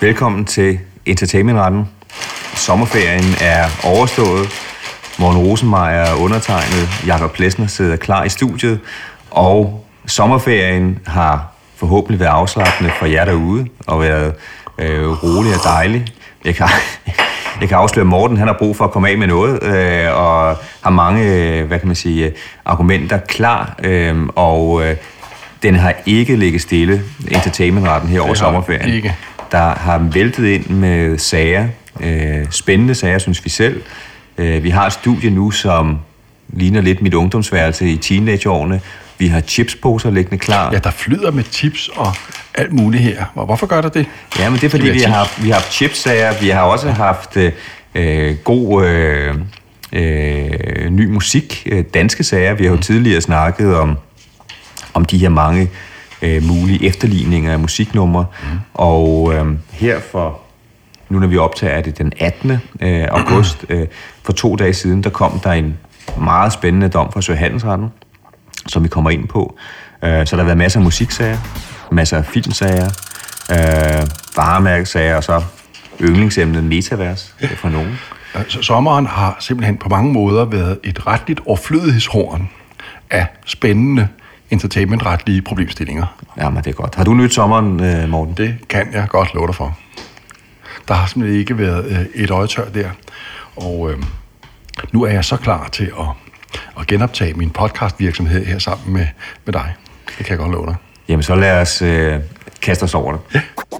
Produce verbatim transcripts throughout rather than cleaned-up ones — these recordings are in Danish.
Velkommen til Entertainmentretten. Sommerferien er overstået. Morten Rosenmeier og undertegnet Jakob Plesner sidder klar i studiet. Og sommerferien har forhåbentlig været afslappende for jer derude og været øh, rolig og dejlig. Jeg kan, jeg kan afsløre, at Morten han har brug for at komme af med noget, øh, og har mange øh, hvad kan man sige, argumenter klar. Øh, og øh, den har ikke ligget stille, Entertainmentretten her over sommerferien. Ikke. Der har væltet ind med sager, øh, spændende sager, synes vi selv. Øh, vi har et studie nu, som ligner lidt mit ungdomsværelse i teenageårene. Vi har chipsposer liggende klar. Ja, der flyder med chips og alt muligt her. Hvorfor gør der det? Ja, men det er fordi, vi har, vi har haft chipsager. Vi har også haft øh, god øh, øh, ny musik, øh, danske sager. Vi har jo tidligere snakket om, om de her mange øh, mulige efterligninger af musiknumre. Mm. Og øh, her for, nu når vi optager det den attende august, øh, for to dage siden, der kom der en meget spændende dom fra Sø Handelsretten, som vi kommer ind på. Så der har været masser af musiksager, masser af filmsager, øh, varemærkesager og så yndlingsemnet metavers for nogen. Så sommeren har simpelthen på mange måder været et retligt overflødighedshorn af spændende entertainmentretlige problemstillinger. Jamen, det er godt. Har du nydt sommeren, Morten? Det kan jeg godt love dig for. Der har simpelthen ikke været et øjetør der. Og øh, nu er jeg så klar til at og genoptage min podcastvirksomhed her sammen med, med dig. Det kan jeg godt love dig. Jamen, så lad os øh, kaste os over det. Ja.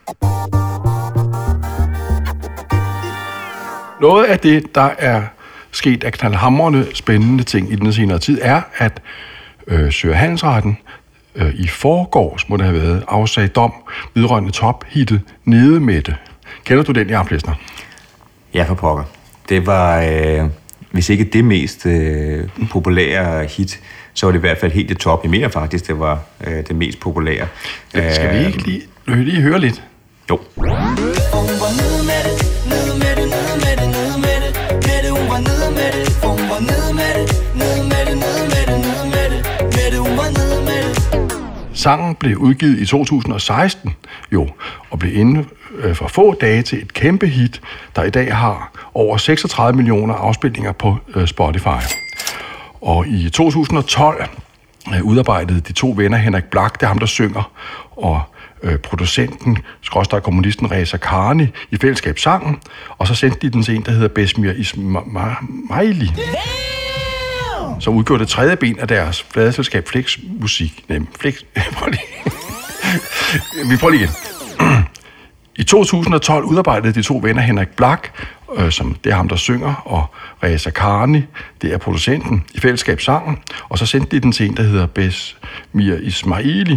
Noget af det, der er sket af knaldhamrende spændende ting i den senere tid, er, at øh, Sø Handelsretten øh, i forgårs, må det have været, afsagde dom vedrørende tophittet Nedemette. Kender du den, Jakob Plesner? Ja, for pokker. Det var... Øh Hvis ikke det mest øh, populære hit, så var det i hvert fald helt det top. Jeg mener faktisk, det var øh, det mest populære. Ja, skal vi ikke lige, lige høre lidt? Jo. Sangen blev udgivet i to tusind og seksten, jo, og blev inden øh, for få dage til et kæmpe hit, der i dag har over seksogtredive millioner afspilninger på øh, Spotify. Og i to tusind og tolv øh, udarbejdede de to venner, Henrik Black, det er ham, der synger, og øh, producenten, skråstreg kommunisten Reza Karni, i fællesskab sangen, og så sendte de den til en, der hedder Besmir Ismaili, som udgjorde det tredje ben af deres pladeselskab Flex Musik. Nej, Flex... Prøv lige. Vi prøver lige igen. I to tusind og tolv udarbejdede de to venner Henrik Black, øh, som det er ham, der synger, og Reza Karni, det er producenten, i fællesskab sangen, og så sendte de den til en, der hedder Besmir Ismaili,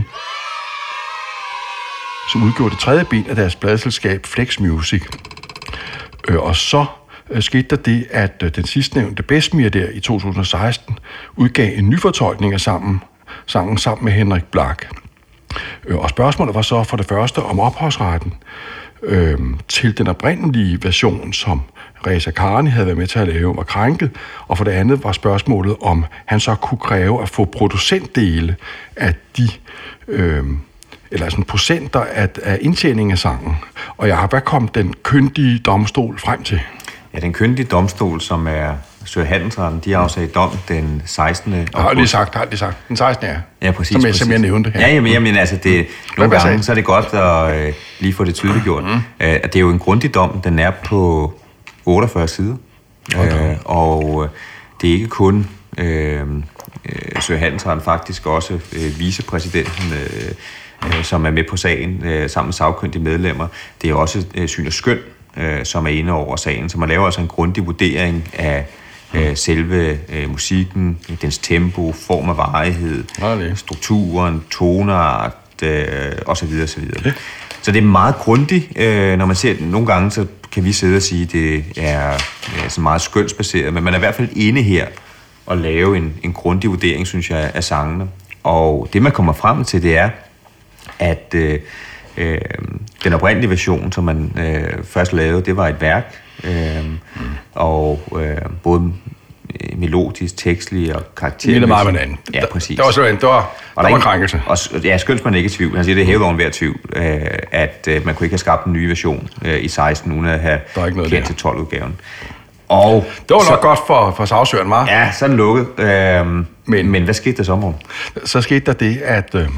som udgjorde det tredje ben af deres pladeselskab Flex Music. Øh, og så skete der det, at den sidstnævnte Besmir der i to tusind og seksten udgav en nyfortolkning af sammen, sangen sammen med Henrik Black. Og spørgsmålet var så for det første om ophavsretten øh, til den oprindelige version, som Reza Karni havde været med til at lave, var krænket, og for det andet var spørgsmålet, om han så kunne kræve at få producentdele af de... Øh, eller sådan procenter af, af indtjeningen af sangen. Og jeg har hvad kom den kyndige domstol frem til? Ja, den kyndige domstol, som er Sø Handelsretten, de afsagde dom den sekstende august. Har lige sagt, har lige sagt. Den sekstende, ja. Ja, præcis. Som jeg, præcis. som jeg nævnte. Ja, jamen, jamen altså, det, mm. nogle gange, sagde? så er det godt at øh, lige få det tydeliggjort. Mm. Øh, det er jo en grundig dom, den er på otteogfyrre sider. Okay. Øh, og øh, det er ikke kun øh, øh, Sø Handelsretten, faktisk også øh, vicepræsidenten, øh, øh, som er med på sagen, øh, sammen med sagkyndige medlemmer. Det er også øh, Syn og Skøn, øh, som er inde over sagen. Så man laver altså en grundig vurdering af øh, selve øh, musikken, dens tempo, form og varighed, okay. strukturen, toneart øh, osv. osv. Okay. Så det er meget grundigt. Øh, når man ser det, nogle gange, så kan vi sidde og sige, at det er øh, så meget skønsbaseret, men man er i hvert fald inde her og lave en, en grundig vurdering, synes jeg, af sangene. Og det, man kommer frem til, det er, at øh, øh, den oprindelige version, som man øh, først lavede, det var et værk, øh, mm. og øh, både melodisk, tekstlig og karaktermæssig. Det er meget med anden. Ja, præcis. Det var sådan, det var, og der var krænkelse. Og, ja, skønt man ikke i tvivl. Han siger, det er hævet over enhver tvivl, øh, at øh, man kunne ikke have skabt en ny version øh, i seksten, uden at have kendt til tolv-udgaven. Og det var nok så, godt for, for sagsøgeren, var? Ja, så er den lukket. Øh, men, men hvad skete der så, Morten? Så skete der det, at, øh,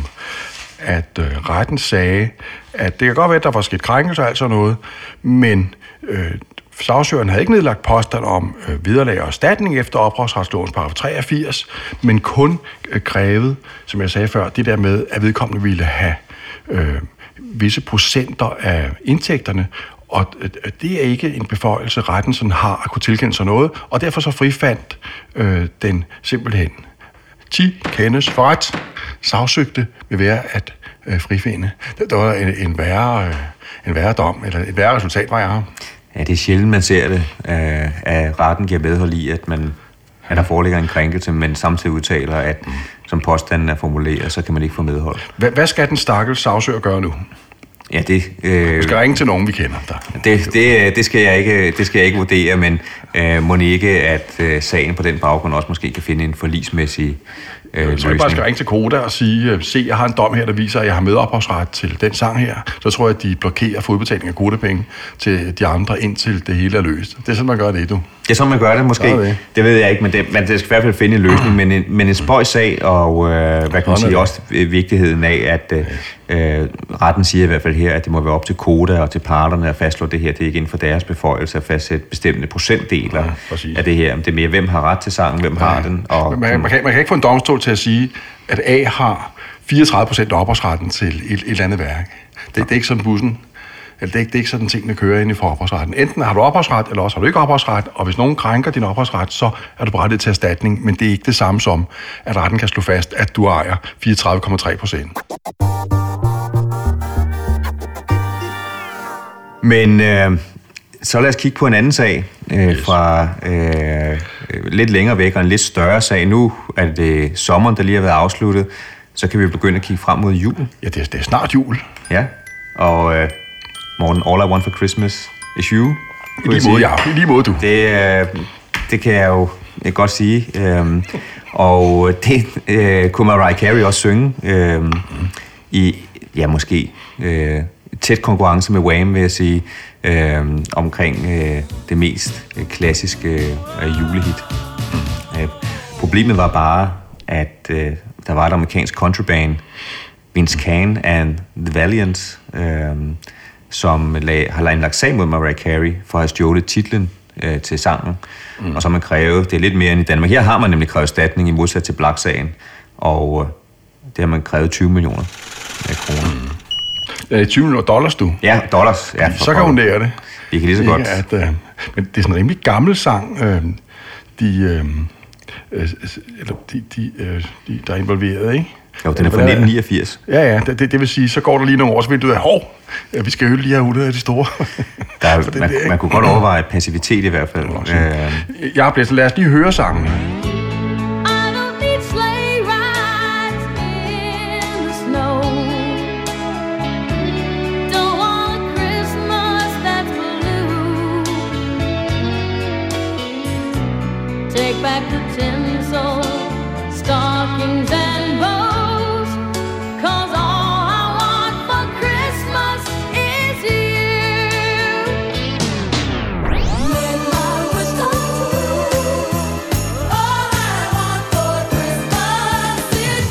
at øh, retten sagde, at det kan godt være, at der var sket krænkelse og alt sådan noget, men øh, sagsøgeren havde ikke nedlagt påstand om øh, vederlag og erstatning efter ophavsretslovens paragraf treogfirs, men kun øh, krævet, som jeg sagde før, det der med, at vedkommende ville have øh, visse procenter af indtægterne, og øh, det er ikke en beføjelse, retten sådan har at kunne tilkende sig noget, og derfor så frifandt øh, den simpelthen ti kendes for ret. Sagsøgte vil være at øh, frifinde. Det, det var en, en, værre, øh, en værre dom, eller et værre resultat, var jeg. Ja, det er sjældent, man ser det, øh, at retten giver medhold i, at, man, at der foreligger en krænkelse, men samtidig udtaler, at mm. som påstanden er formuleret, så kan man ikke få medhold. Hvad, hvad skal den stakkels sagsøger gøre nu? Ja, det... Øh, du skal ringe til nogen, vi kender der. Det, det, det, skal, jeg ikke, det skal jeg ikke vurdere, men øh, må ikke, at øh, sagen på den baggrund også måske kan finde en forligsmæssig øh, løsning. Så jeg bare skal ringe til Koda og sige, se, jeg har en dom her, der viser, at jeg har medophavsret til den sang her. Så tror jeg, at de blokerer for udbetaling af Koda-penge til de andre, indtil det hele er løst. Det er sådan, man gør det, du. Det er sådan, man gør det måske. Det. det ved jeg ikke, men det, man det skal i hvert fald finde en løsning. Men en, men en spøjs sag, og øh, hvad kan man sige, også vigtigheden af, at øh, retten siger i hvert fald her, at det må være op til Koda og til parterne at fastslå det her. Det er ikke inden for deres beføjelse at fastsætte bestemte procentdeler ja, af det her. Det er mere, hvem har ret til sangen, hvem ja. har den. Og, man, man, kan, man kan ikke få en domstol til at sige, at A har fireogtredive procent af ophavsretten til et, et eller andet værk. Det, det er ikke sådan bussen. Det er, ikke, det er ikke sådan, tingene kører ind i ophavsretten. Enten har du ophavsret, eller også har du ikke ophavsret, og hvis nogen krænker din ophavsret, så er du berettiget til erstatning, men det er ikke det samme som, at retten kan slå fast, at du ejer fireogtredive komma tre procent. Men øh, så lad os kigge på en anden sag øh, yes. fra øh, lidt længere væk, og en lidt større sag. Nu er det sommeren, der lige har været afsluttet, så kan vi begynde at kigge frem mod jul. Ja, det er, det er snart jul. Ja, og... Øh, Morten, all I want for Christmas is you. I lige måde, ja. I lige måde, du. Det, øh, det kan jeg jo jeg godt sige. Øhm, og det øh, kunne Mariah Carey også synge øh, mm. i, ja, måske øh, tæt konkurrence med Wham, vil jeg sige, øh, omkring øh, det mest øh, klassiske øh, julehit. Mm. Øh, problemet var bare, at øh, der var et amerikansk countryband, Vince Can and The Valiants, øh, som lag, har indlagt sag mod Mariah Carey for at have stjålet titlen øh, til sangen. Mm. Og så har man krævet, det er lidt mere end i Danmark. Her har man nemlig krævet erstatning i modsat til Black-sagen, og øh, det har man krævet tyve millioner kroner. Mm. Ja, tyve millioner dollars, du? Ja, dollars. Ja, så kan hun lære det. Det kan lige så godt. At, øh, men det er sådan en rimelig gammel sang, øh, de, øh, øh, eller de, de, øh, de, der er involveret, ikke? Jo, den er fra nitten niogfirs. Ja, ja, det, det vil sige, så går der lige nogle år, så vil du have, hov, ja, vi skal jo lige have hundrede af de store. Der er, man, man kunne godt overveje passivitet i hvert fald. Øh. Jeg har blæst, lad os lige høre sangen. Take back the tinsel, stockings and bows, 'cause all I want for Christmas is you. Midnight was done. All I want for Christmas is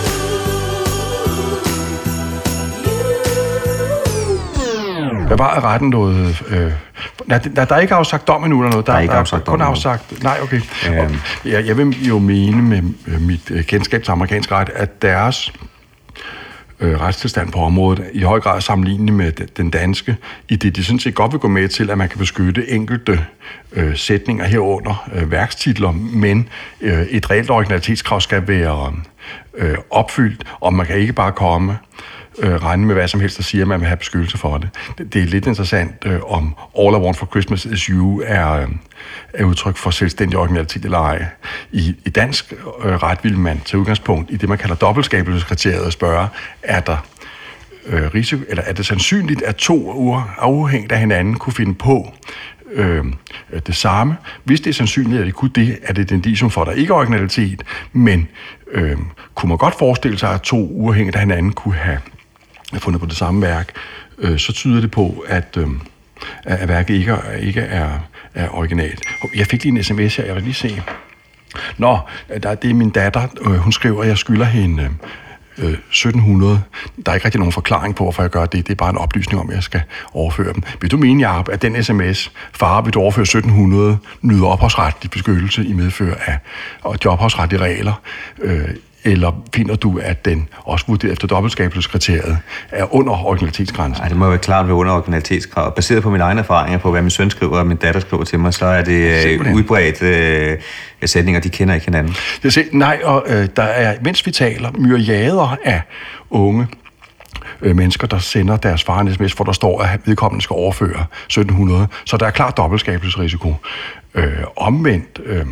you. You. Hvad var retten noget... Øh Nej, der, der er ikke afsagt dom endnu eller noget. Der, der er ikke der afsagt er kun dom afsagt... Nej, okay. Øhm. Jeg, jeg vil jo mene med mit kendskab til amerikansk ret, at deres øh, retstilstand på området i høj grad sammenlignende med den danske, i det de sådan set godt vil gå med til, at man kan beskytte enkelte øh, sætninger herunder øh, værkstitler, men øh, et reelt originalitetskrav skal være øh, opfyldt, og man kan ikke bare komme Øh, regne med hvad som helst, der siger, at man vil have beskyttelse for det. Det, det er lidt interessant, øh, om All I Want for Christmas is You er, øh, er udtryk for selvstændig originalitet eller ej. I, i dansk øh, ret vil man tage udgangspunkt i det, man kalder dobbeltskabelseskriteriet og spørge, er der øh, risiko, eller er det sandsynligt, at to uger afhængigt af hinanden kunne finde på øh, det samme. Hvis det er sandsynligt, at det kunne det, er det et indicium for, at der ikke er originalitet, men øh, kunne man godt forestille sig, at to uafhængigt af hinanden kunne have fundet på det samme værk, øh, så tyder det på, at, øh, at værket ikke, er, ikke er, er originalt. Jeg fik lige en sms her, jeg vil lige se. Nå, der, det er min datter, øh, hun skriver, at jeg skylder hende øh, sytten hundrede. Der er ikke rigtig nogen forklaring på, hvorfor jeg gør det. Det er bare en oplysning om, at jeg skal overføre dem. Vil du mene, Jacob, at den sms, far, vil du overføre sytten hundrede, nyder ophavsretlig beskyttelse i medfør af og jobhavsretlige regler, øh, eller finder du, at den også vurderet efter dobbeltskabelseskriteriet er under originalitetsgrænsen? Nej, det må jo være klart være under originalitetskravet. Baseret på mine egne erfaringer, på hvad min søn skriver og min datter skriver til mig, så er det øh, udbredt øh, sætninger, de kender ikke hinanden. Det er, nej, og øh, der er, mens vi taler, myriader af unge øh, mennesker, der sender deres far en sms, hvor der står, at vedkommende skal overføre sytten hundrede. Så der er klart dobbeltskabelsesrisiko. Øh, omvendt, øh,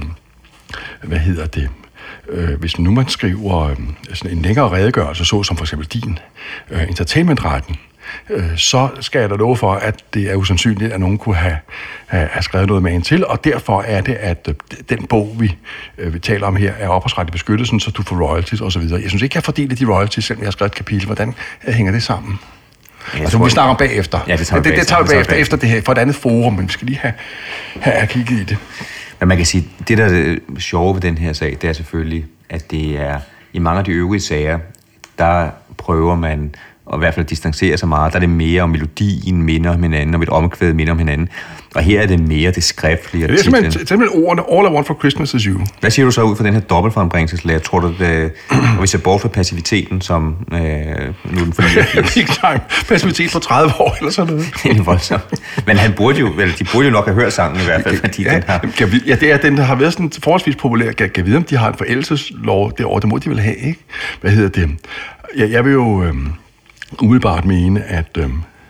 hvad hedder det? Øh, hvis nu man skriver øh, sådan en længere redegørelse, så som for eksempel din øh, entertainmentretten, øh, så skal jeg da love for, at det er usandsynligt, at nogen kunne have, have, have skrevet noget med en til, og derfor er det, at øh, den bog, vi, øh, vi taler om her, er ophavsretlig beskyttelsen, så du får royalties osv. Jeg synes ikke, jeg fordeler de royalties, selvom jeg har skrevet et kapitel. Hvordan øh, hænger det sammen? Jeg altså, tror, vi snakker om bagefter. Ja, det tager vi det, det, det tager vi bagefter, bagefter efter det her, for et andet forum, men vi skal lige have, have kigget i det. Men man kan sige, det der er sjove ved den her sag, det er selvfølgelig, at det er i mange af de øvrige sager, der prøver man at i hvert fald distancere sig meget. Der er det mere om melodien minder om hinanden, om et omkvæd minder om hinanden. Og her er det mere det skriftlige. Det er simpelthen, simpelthen ordene, all I want for Christmas is you. Hvad siger du så ud for den her dobbeltfrembringelseslære? Tror du, det, og vi ser bort fra passiviteten, som øh, nu er den fornyet? Ikke engang passivitet på tredive år eller sådan noget. Det er voldsomt. Men han burde jo, eller de burde jo nok have hørt sangen i hvert fald, fordi ja, den har... Ja, det er den, der har været sådan forholdsvis populær. Kan jeg vide, om de har en forældelseslov det år? Det må de vel have, ikke? Hvad hedder det? Jeg, jeg vil jo øh, umiddelbart mene, at... Øh,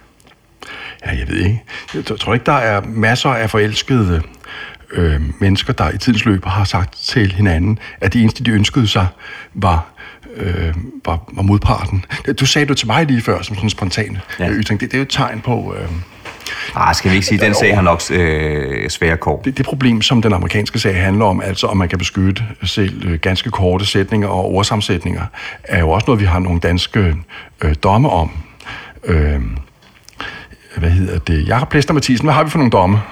ja, jeg ved ikke. Jeg tror ikke, der er masser af forelskede øh, mennesker, der i tidens løb har sagt til hinanden, at det eneste, de ønskede sig, var, øh, var, var modparten. Du sagde det til mig lige før, som sådan en spontan ja. ytring. Det, det er jo et tegn på... Øh, Ah, skal vi ikke sige, at den sag har nok øh, svære kår? Det, det problem, som den amerikanske sag handler om, altså om man kan beskytte selv øh, ganske korte sætninger og ordsammensætninger, er jo også noget, vi har nogle danske øh, domme om. Øh, hvad hedder det? Jakob Plester Mathisen, hvad har vi for nogle domme?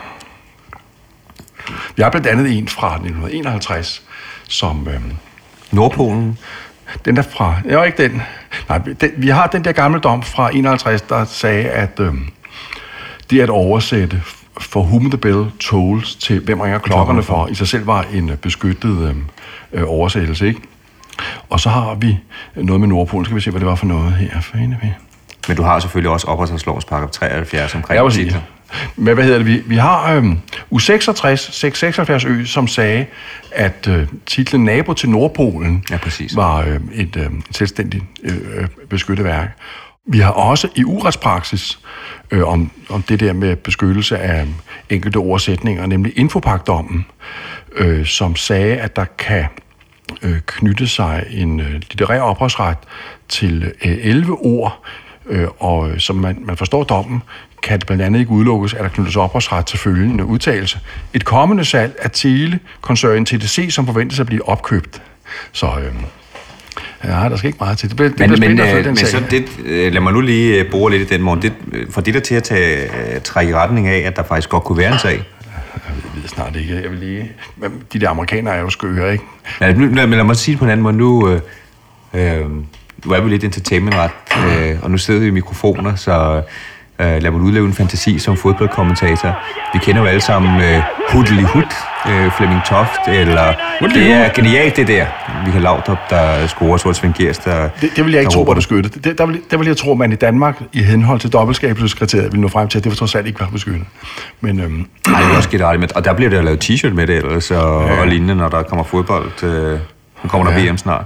Vi har blandt andet en fra nitten enoghalvtreds, som... Øh, Nordpolen? Den der fra... Ja, ikke den. Nej, den, vi har den der gamle dom fra enoghalvtreds, der sagde, at... Øh, det at oversætte for whom the bell tolls til hvem ringer klokkerne for, i sig selv var en beskyttet øh, oversættelse, ikke? Og så har vi noget med Nordpolen. Skal vi se, hvad det var for noget her? Fane vi. Men du har selvfølgelig også opholdslovens paragraf treoghalvfjerds omkring ja, titler. Men hvad hedder det? Vi, vi har øh, U seksogtres, seks seksoghalvfjerds Ø, som sagde, at øh, titlen Nabo til Nordpolen ja, var øh, et, øh, et selvstændigt øh, beskyttet værk. Vi har også E U-retspraksis øh, om, om det der med beskyttelse af enkelte oversætninger, nemlig Infopagtdommen, øh, som sagde, at der kan øh, knytte sig en øh, litterær ophavsret til øh, elleve ord, øh, og som man, man forstår dommen, kan det blandt andet ikke udelukkes, at der knyttes ophavsret til følgende udtalelse. Et kommende salg af telekoncernen T D C, som forventes at blive opkøbt. Så... Øh, Ja, der skal ikke meget til. Det bliver, det men, bliver men, øh, den men så det, lad mig nu lige bore lidt i den morgen. Det, for det der til at tage, trække i retning af, at der faktisk godt kunne være en sag. Jeg ved snart ikke. Jeg vil lige... De der amerikanere er jo skøre, ikke? Ja, men lad mig sige det på en anden måde. Nu, øh, øh, nu er vi lidt entertainment-ret, øh, og nu sidder vi i mikrofoner, så øh, lad mig udleve en fantasi som fodboldkommentator. Vi kender jo alle sammen øh, Hudli Hud, øh, Flemming Toft, eller det er genialt det der. Vi har Laudrup, der scorer, så Svend Gers, der... Det, det vil jeg ikke tro, var beskyttet. Det, der, vil, der vil jeg tro, at man i Danmark, i henhold til dobbeltskabelseskriteriet, vil nå frem til, at det var trods alt ikke var beskyttet. Men... Øhm, nej, det er også genialt. Og der bliver der lavet t-shirt med det, ellers, og, ja. og lignende, når der kommer fodbold. Øh, nu kommer der ja. V M snart.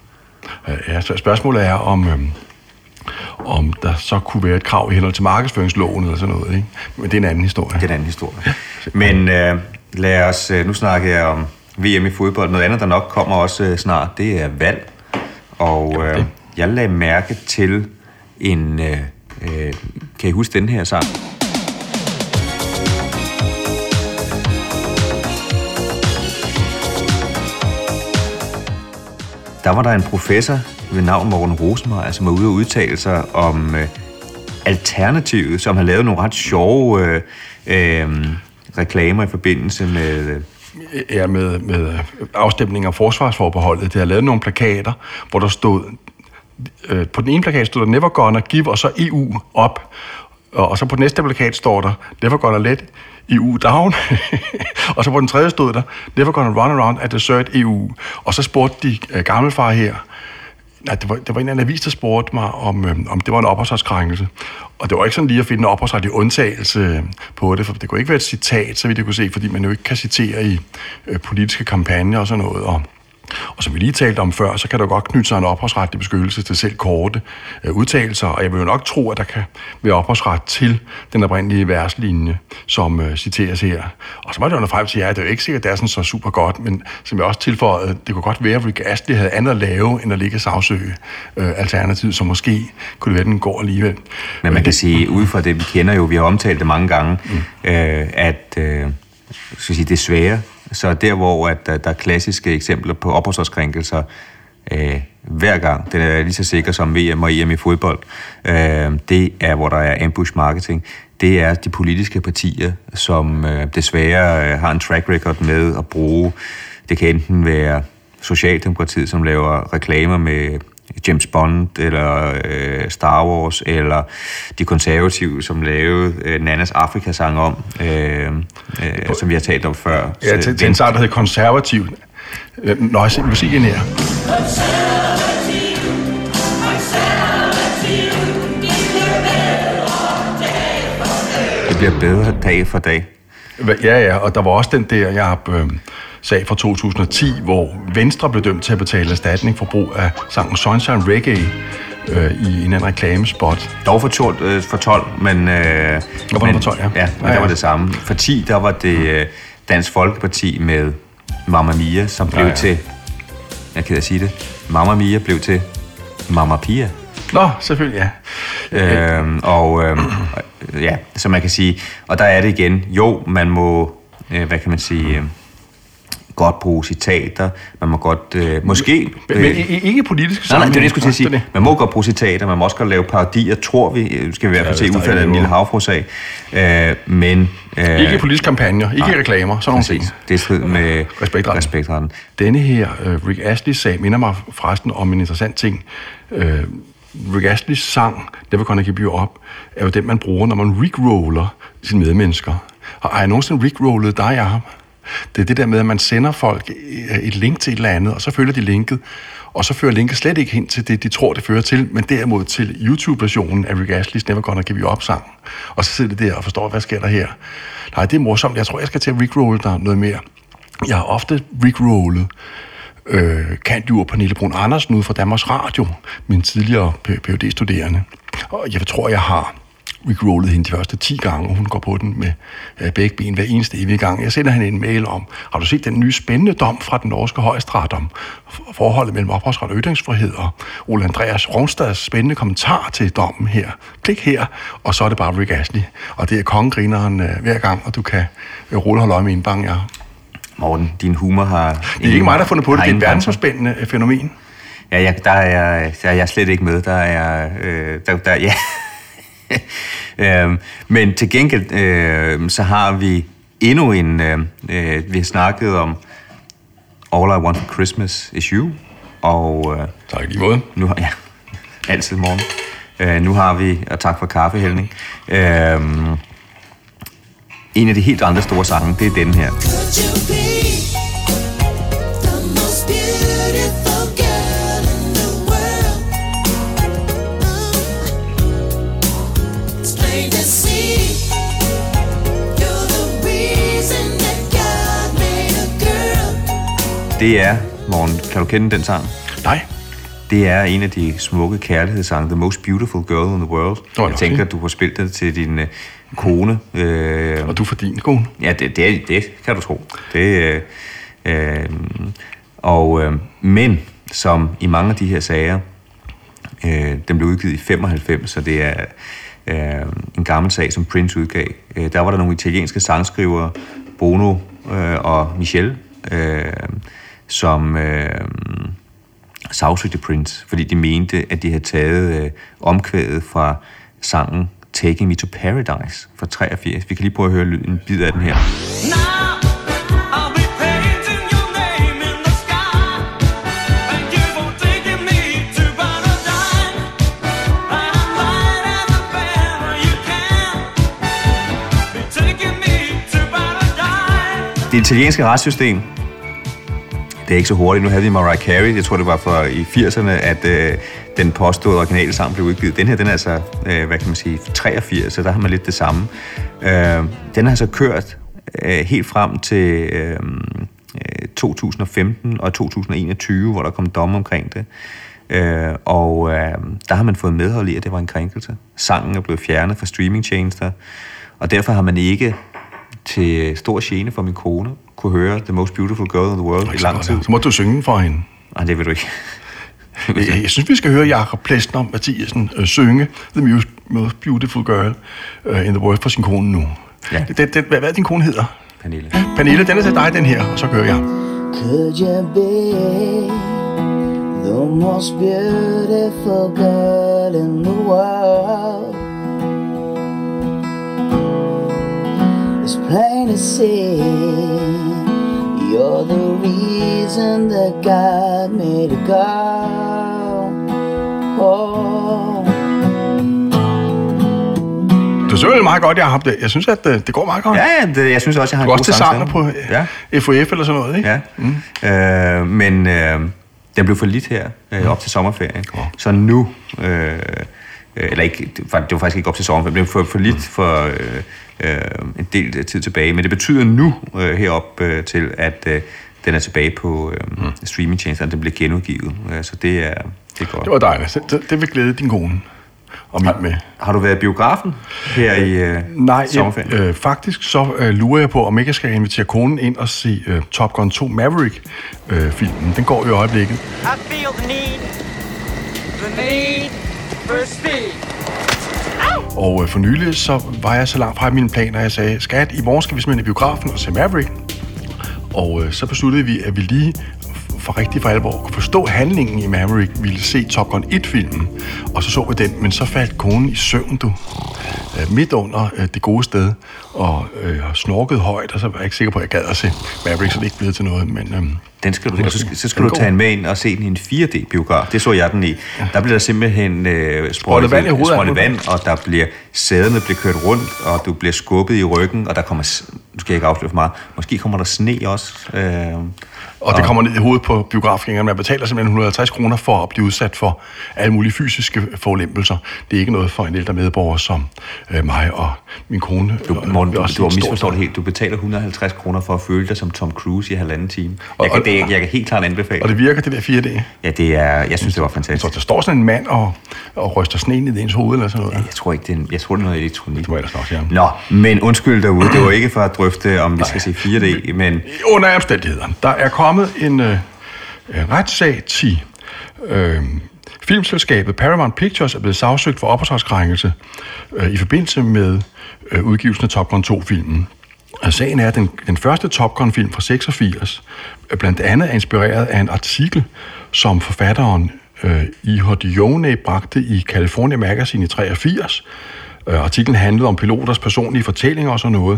Ja, så spørgsmålet er, om... Øhm, om der så kunne være et krav i henhold til markedsføringsloven eller sådan noget, ikke? Men det er en anden historie. Det er en anden historie. Men øh, lad os, nu snakker jeg om V M i fodbold. Noget andet, der nok kommer også øh, snart, det er valg. Og øh, jeg lagde mærke til en... Øh, øh, kan I huske den her sang? der var der en professor ved navn Morten Rosenmeier, som var ude og udtale sig om øh, alternativet, som har lavet nogle ret sjove øh, øh, reklamer i forbindelse med... Øh, Ja, med, med afstemning af forsvarsforbeholdet. Det har lavet nogle plakater, hvor der stod... Øh, på den ene plakat stod der Never Gonna Give, og så E U op. Og, og så på den næste plakat står der Never Gonna Let E U Down. Og så på den tredje stod der Never Gonna Run Around at Desert E U. Og så spurgte de øh, gammelfar her... Nej, det var, det var en anden avis, der spurgte mig, om, øh, om det var en ophavsretskrænkelse. Og det var ikke sådan lige at finde en ophavsretlig undtagelse på det, for det kunne ikke være et citat, så vidt jeg kunne se, fordi man jo ikke kan citere i øh, politiske kampagner og sådan noget. Og, og som vi lige talte om før, så kan der godt knytte sig en ophavsretlig beskyttelse til selv korte øh, udtalelser, og jeg vil jo nok tro, at der kan være ophavsret til den oprindelige verslinje, som øh, citeres her. Og så må det jo nå frem til, at det er jo ikke sikkert, at det er sådan så super godt, men som jeg også tilføjede, det kunne godt være, at Rick Astley havde andet at lave, end at ligge og sagsøge øh, alternativet, så måske kunne det være, den går alligevel. Men man kan sige, ud fra det, vi kender jo, vi har omtalt det mange gange, mm. øh, at øh, skal sige, det er svære. Så der, hvor at, der er klassiske eksempler på ophavsretskrænkelser øh, hver gang, den er lige så sikker som V M og E M i fodbold, øh, det er, hvor der er ambush marketing. Det er de politiske partier, som øh, desværre øh, har en track record med at bruge. Det kan enten være Socialdemokratiet, som laver reklamer med James Bond, eller øh, Star Wars, eller de konservative, som lavede øh, Nannas Afrika-sang om, øh, øh, som vi har talt om før. Ja, til, til en sang, der hedder Konservativ. Nå, se musikken her. Det bliver bedre dag for dag. Ja, ja, og der var også den der, jeg har... Øh, sag fra to tusind og ti, hvor Venstre blev dømt til at betale erstatning for brug af sangen Sunshine Reggae øh, i en anden reklamespot. Dog for tolv, øh, for tolv men... Øh, men for tolv, ja. Ja, men ja, ja. Der var det samme. For ti, der var det øh, Dansk Folkeparti med Mamma Mia, som blev ja, ja. til... Jeg kan da sige det. Mamma Mia blev til Mamma Pia. Nå, selvfølgelig, ja. Øh, og øh, ja, så man kan sige... Og der er det igen. Jo, man må... Øh, hvad kan man sige... Øh, godt bruge citater, man må godt, øh, måske... Men, men ikke politisk nej, nej, det er det, jeg skulle til at sige. Man må godt bruge citater, man må også godt lave parodier, tror vi, skal vi i hvert fald se udfaldet af en lille havfrusag, øh, men... Øh, ikke politisk kampagner, ikke nej, reklamer, sådan nogle ting. Det er strid med respektretten. respektretten. Denne her uh, Rick Astley-sag minder mig forresten om en interessant ting. Uh, Rick Astleys sang, Never Gonna Give You Up, er jo den, man bruger, når man rickroller sine medmennesker. Og har jeg nogensinde rickrollet dig, Jacob? Det er det der med, at man sender folk et link til et eller andet, og så følger de linket, og så fører linket slet ikke hen til det, de tror, det fører til, men derimod til YouTube-versionen af Rick Astley's Never Gonna Give You Up-sang. Og så sidder de der og forstår, hvad sker der her. Nej, det er morsomt. Jeg tror, jeg skal til at rickrolle dig noget mere. Jeg har ofte rickrollet øh, Candy og Pernille Brun Andersen ud fra Danmarks Radio, min tidligere P H D-studerende. Og jeg tror, jeg har rickrollet hende de første ti gange, og hun går på den med øh, begge ben hver eneste evige gang. Jeg sender hende en mail om, har du set den nye spændende dom fra den norske højesteret om forholdet mellem ophavsret og ytringsfrihed, og Ole Andreas Ronstads spændende kommentar til dommen her. Klik her, og så er det bare Rick Astley. Og det er kongegrineren øh, hver gang, og du kan øh, rulle holde øje med en bang, ja. Morten, din humor har... Det er ikke mig, der har fundet på det. Det er et verdensomspændende øh, fænomen. Ja, jeg, der, er jeg, der er jeg slet ikke med. Der er jeg... Øh, der, der, ja... øhm, men til gengæld øh, så har vi endnu en øh, øh, vi har snakket om All I Want for Christmas Is You, og øh, tak lige måde. Nu har ja altid morgen. Øh, nu har vi, og tak for kaffe, Helning. Øh, en af de helt andre store sange, det er den her. Det er, Morten, kan du kende den sang? Nej. Det er en af de smukke kærlighedssange, The Most Beautiful Girl in the World. Oh, jeg tænker, at du har spillet det til din uh, kone. Øh, og du for din kone? Ja, det, det, det kan du tro. Det, øh, øh, og, øh, men som i mange af de her sager, øh, den blev udgivet i femoghalvfems, så det er øh, en gammel sag, som Prince udgav. Øh, der var der nogle italienske sangskrivere, Bono øh, og Michel, øh, som, øh, sagsøgte Prince, fordi de mente, at de havde taget øh, omkvædet fra sangen Taking Me to Paradise fra treogfirs. Vi kan lige prøve at høre en bid af den her. Det italienske retssystem, det er ikke så hurtigt. Nu havde vi Mariah Carey, jeg tror det var for i firserne, at øh, den påståede originale sang blev udgivet. Den her, den er altså, øh, hvad kan man sige, treogfirs, så der har man lidt det samme. Øh, den har så kørt øh, helt frem til øh, to tusind og femten og to tusind og enogtyve, hvor der kom domme omkring det. Øh, og øh, der har man fået medhold i, at det var en krænkelse. Sangen er blevet fjernet fra streamingtjenester, og derfor har man ikke til stor gene for min kone kunne høre The Most Beautiful Girl in the World i lang tid. Så må du synge den for hende. Nej, det vil du ikke. jeg, jeg synes, vi skal høre Jakob Plesner Mathiasen øh, synge The Most Beautiful Girl uh, in the World for sin kone nu. Ja. Det, det, hvad, hvad din kone hedder? Pernille. Pernille, den er til dig, den her, og så kører jeg. Could you be the most beautiful girl in the world? It's plain to see you're the reason that God made a girl. Oh. Du synger meget godt, jeg har haft det. Jeg synes, at det, det går meget godt. Ja, ja det, jeg synes også, jeg har du en god sang. Du også til sanger på ja. F O F eller sådan noget, ikke? Ja, mm. øh, men øh, den blev for lidt her, øh, op til sommerferien. Oh. Så nu... Øh, eller ikke, det var faktisk ikke op til sommerferien, det blev for, for lidt for øh, øh, en del tid tilbage, men det betyder nu øh, herop øh, til, at øh, den er tilbage på øh, mm. streamingtjenesterne, den bliver genudgivet, øh, så det er, det er godt. Det var dejligt, det, det vil glæde din kone og mit med. Har du været i biografen her i øh, Nej, sommerferien? Nej, øh, faktisk så øh, lurer jeg på, om ikke jeg skal invitere konen ind og se øh, Top Gun to Maverick-filmen. Øh, den går i øjeblikket. I feel the need, the need for speed. Og øh, for nylig så var jeg så langt fra mine planer, at jeg sagde, skat, i morgen skal vi simpelthen i biografen og se Maverick. Og øh, så besluttede vi, at vi lige for rigtig for alvor kunne forstå handlingen i Maverick, ville se Top Gun et-filmen, og så så vi den, men så faldt konen i søvn, du. Øh, midt under øh, det gode sted, og øh, snorkede højt, og så var jeg ikke sikker på, at jeg gad at se Maverick, så det ikke blev til noget, men... Øh, Den skal du, så skal, så skal du tage den med ind og se den i en fire D-biograf. Det så jeg den i. Ja. Der bliver der simpelthen øh, sprøjtet vand, i vand, og der bliver sæderne bliver kørt rundt, og du bliver skubbet i ryggen, og der kommer, nu skal jeg ikke afsløre for meget, måske kommer der sne også. Øh, og, og det kommer ned i hovedet på biografgængeren. Man betaler simpelthen et hundrede og halvtreds kroner for at blive udsat for alle mulige fysiske forulempelser. Det er ikke noget for en ældre medborger som øh, mig og min kone. Du, Morten, du, du har misforstået det helt. Du betaler et hundrede og halvtreds kroner for at føle dig som Tom Cruise i halvanden time. Jeg kan, det, jeg kan helt klart anbefale. Og det virker, det der fire D? Ja, det er, jeg synes, det var fantastisk. Så der står sådan en mand og, og ryster sne ned i ens hoved eller sådan noget? Ja, jeg tror ikke, det er, jeg tror, det er noget elektronik. Det må ellers nok, ja. Nå, men undskyld derude. Det var ikke for at drøfte, om vi Nej. skal se fire D, men... Under omstændighederne. Der er kommet en øh, retssag til... Øh, Filmselskabet Paramount Pictures er blevet sagsøgt for ophavsretskrænkelse øh, i forbindelse med øh, udgivelsen af Top Gun to-filmen. Og sagen er, at den, den første Top Gun-film fra seksogfirs blandt andet er inspireret af en artikel, som forfatteren øh, I H. Dione bragte i California Magazine i treogfirs. Øh, artiklen handlede om piloters personlige fortællinger og sådan noget.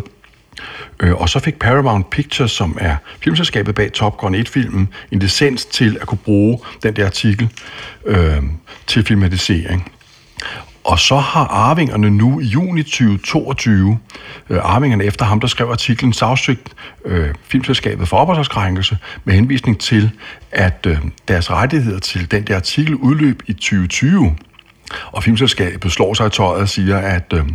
Øh, og så fik Paramount Pictures, som er filmselskabet bag Top Gun et-filmen, en licens til at kunne bruge den der artikel øh, til filmatisering. Og så har arvingerne nu i juni tyve toogtyve, øh, arvingerne efter ham, der skrev artiklen, sagsøgt øh, filmselskabet for ophavsretskrænkelse med henvisning til, at øh, deres rettigheder til den der artikel udløb i tyve tyve. Og filmselskabet slår sig i tøjet og siger, at, øh,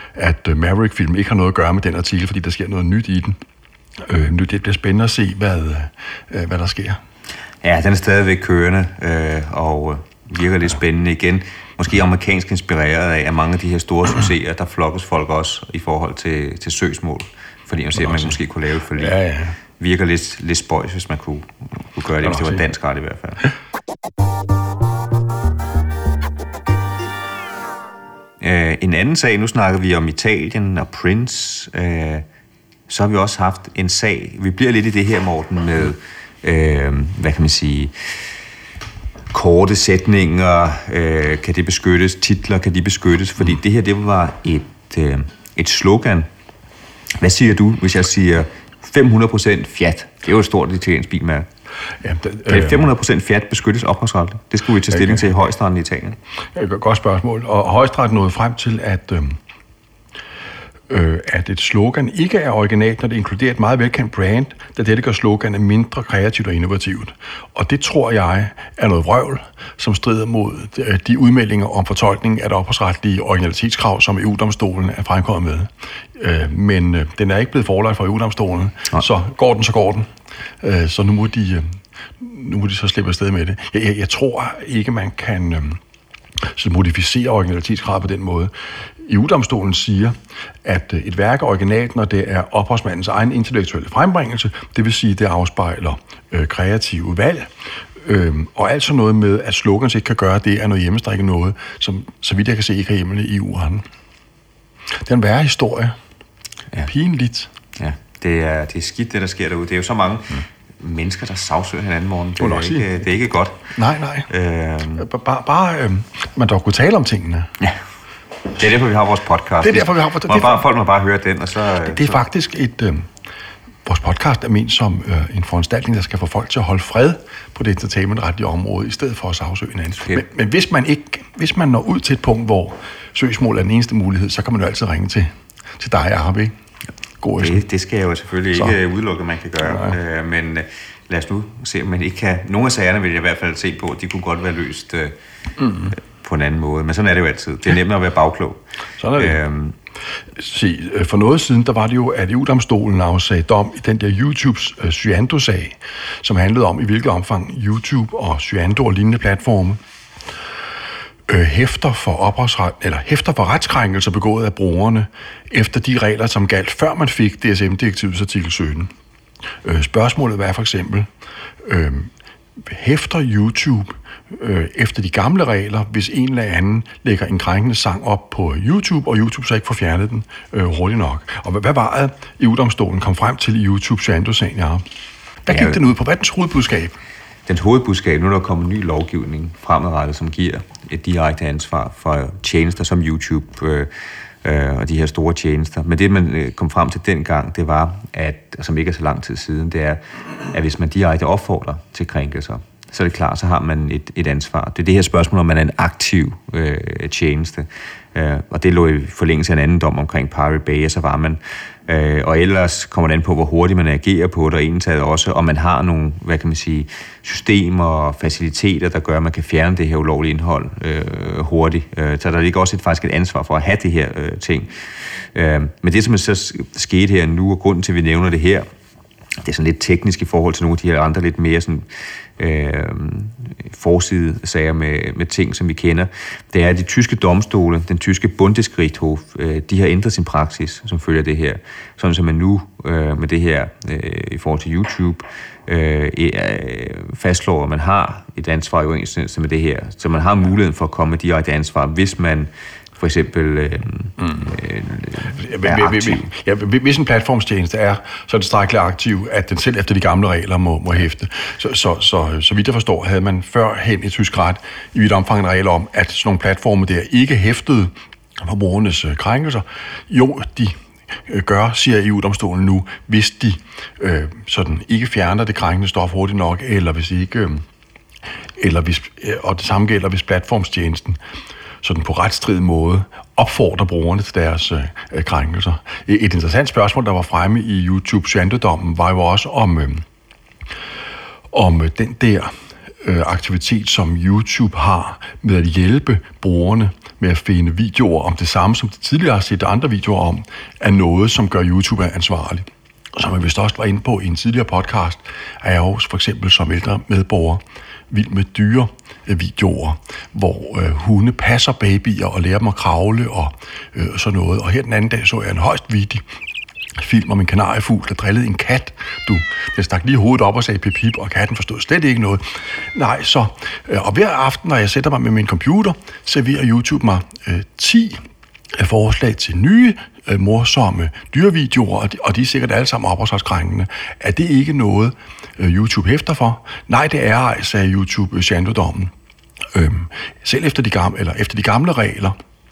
at Maverick-film ikke har noget at gøre med den artikel, fordi der sker noget nyt i den. Øh, nu det bliver spændende at se, hvad, øh, hvad der sker. Ja, den er stadigvæk kørende, øh, og virker lidt spændende igen. Måske amerikansk inspireret af, at mange af de her store succeser, der flokkes folk også i forhold til, til søgsmål. Fordi man ser, at man måske kunne lave for lidt. Ja, ja. Virker lidt, lidt spøjs, hvis man kunne, kunne gøre det, hvis det var dansk ret i hvert fald. uh, en anden sag, nu snakker vi om Italien og Prince. Uh, så har vi også haft en sag. Vi bliver lidt i det her, Morten, med, uh, hvad kan man sige... korte sætninger, øh, kan det beskyttes, titler, kan de beskyttes, fordi mm. det her, det var et, øh, et slogan. Hvad siger du, hvis jeg siger fem hundrede procent Fiat? Det er jo et stort italiensk bilmærke. Ja, det, øh, kan fem hundrede procent Fiat beskyttes ophavsretligt? Det skulle vi tage stilling til i højesteretten i Italien. Ja, godt spørgsmål. Og højesteret nåede frem til, at, øh, øh, at et slogan ikke er originalt, når det inkluderer et meget velkendt brand, da dette gør sloganet mindre kreativt og innovativt. Og det tror jeg er noget vrøvl, som strider mod de udmeldinger om fortolkning af det ophavsretlige originalitetskrav, som E U-domstolen er fremkommet med. Øh, men øh, den er ikke blevet forelagt fra E U-domstolen, ja. Så går den, så går den. Øh, så nu må de... Øh, Nu må de så slippe afsted med det. Jeg, jeg, jeg tror ikke, man kan øhm, så modificere originalitetskravet på den måde. E U-domstolen siger, at øh, et værk er originalt, når det er ophavsmandens egen intellektuelle frembringelse, det vil sige, det afspejler øh, kreative valg, øhm, og altså noget med, at slogans ikke kan gøre det, er noget hjemmestrikket noget, som så vidt jeg kan se, ikke har hjemme i E U-retten. Det er en værre historie. Ja. Pinligt. Ja, det er, det er skidt, det der sker derude. Det er jo så mange... Mm. mennesker, der sagsøger hinanden morgen. Det, er ikke, det er ikke godt. Nej, nej. Øhm. Bare, bare øhm, man dog kunne tale om tingene. Ja. Det er derfor, vi har vores podcast. Det er derfor, vi har... Det, det bare, folk må bare høre den, og så... Det, det er så. faktisk et... Øhm, vores podcast er ment som øh, en foranstaltning, der skal få folk til at holde fred på det entertainmentretlige område, i stedet for at sagsøge hinanden. Okay. Men, men hvis man ikke... Hvis man når ud til et punkt, hvor søgsmål er den eneste mulighed, så kan man jo altid ringe til, til dig, Arbe. Det, det skal jeg jo selvfølgelig så. ikke udelukke, man kan gøre. Øh, men øh, lad os nu se, om man ikke kan... Nogle af sagerne vil jeg i hvert fald se på, de kunne godt være løst øh, mm. på en anden måde. Men sådan er det jo altid. Det er nemmere at være bagklog. Sådan er det. Øhm. Se, for noget siden, der var det jo, at E U-domstolen afsagde dom i den der YouTubes uh, Cyando-sag, som handlede om, i hvilket omfang YouTube og Cyando og lignende platforme Øh, hæfter for ophavsret, eller hæfter for retskrænkelser begået af brugerne efter de regler, som galt før man fik D S M-direktivets artikel sytten. Øh, spørgsmålet var for eksempel, øh, hæfter YouTube øh, efter de gamle regler, hvis en eller anden lægger en krænkende sang op på YouTube, og YouTube så ikke får fjernet den øh, hurtigt nok. Og hvad var det, E U-domstolen kom frem til i YouTube Cyando-sagen? Ja. Hvad gik ja, den ud på? Hvad er dens hovedbudskab? Dens hovedbudskab, nu er der kommet ny lovgivning fremadrettet, som giver et direkte ansvar for tjenester som YouTube øh, øh, og de her store tjenester. Men det, man øh, kom frem til dengang, det var, at, som ikke er så lang tid siden, det er, at hvis man direkte opfordrer til krænkelser, så er det klart, så har man et, et ansvar. Det er det her spørgsmål, om man er en aktiv øh, tjeneste. Øh, og det lå i forlængelse af en anden dom omkring Pirate Bay, og så var man. Øh, og ellers kommer det an på, hvor hurtigt man agerer på det, og egentlig også, om man har nogle, hvad kan man sige, systemer og faciliteter, der gør, at man kan fjerne det her ulovlige indhold øh, hurtigt. Øh, så der ligger også et, faktisk et ansvar for at have det her øh, ting. Øh, men det, som så skete her nu, og grunden til, at vi nævner det her, det er sådan lidt teknisk i forhold til nogle af de her andre lidt mere sådan øh, forsidesager med, med ting, som vi kender. Det er, at de tyske domstole, den tyske Bundesgerichtshof, øh, de har ændret sin praksis, som følger det her. Sådan som man nu øh, med det her øh, i forhold til YouTube øh, øh, fastslår, at man har et ansvar i overensstemmelse med det her. Så man har muligheden for at komme med direkte ansvar, hvis man for eksempel øh, mm. øh, er aktiv. Ja, hvis en platformstjeneste er så tilstrækkeligt aktiv, at den selv efter de gamle regler må, må hæfte. Så, så, så, så vidt jeg forstår, havde man førhen i tysk ret i vidt omfang en regel om, at sådan nogle platforme der ikke hæftede for brugernes øh, krænkelser. Jo, de øh, gør, siger E U-domstolen nu, hvis de øh, sådan ikke fjerner det krænkende stof hurtigt nok, eller hvis ikke... Øh, eller hvis, og det samme gælder, hvis platformstjenesten sådan på retsstridig måde opfordrer brugerne til deres øh, krænkelser. Et interessant spørgsmål, der var fremme i YouTube Cyando-dommen, var jo også om, øh, om den der øh, aktivitet, som YouTube har med at hjælpe brugerne med at finde videoer om det samme, som de tidligere har set andre videoer om, er noget, som gør YouTube ansvarlig. Som jeg vist også var inde på i en tidligere podcast, er jeg også for eksempel som ældre medborger vild med dyre videoer, hvor øh, hunde passer babyer og lærer dem at kravle og øh, sådan noget. Og her den anden dag så jeg en højst vittig film om en kanariefugl, der drillede en kat. Du, den stak lige hovedet op og sagde pip pip, og katten forstod slet ikke noget. Nej, så... Øh, og hver aften, når jeg sætter mig med min computer, serverer YouTube mig øh, ti forslag til nye øh, morsomme dyrevideoer, og de, og de er sikkert alle sammen ophavsretskrænkende. Er det ikke noget, øh, YouTube hæfter for? Nej, det er ej, sagde YouTube Cyando-dommen. Øhm, selv efter de gamle, eller efter de gamle regler,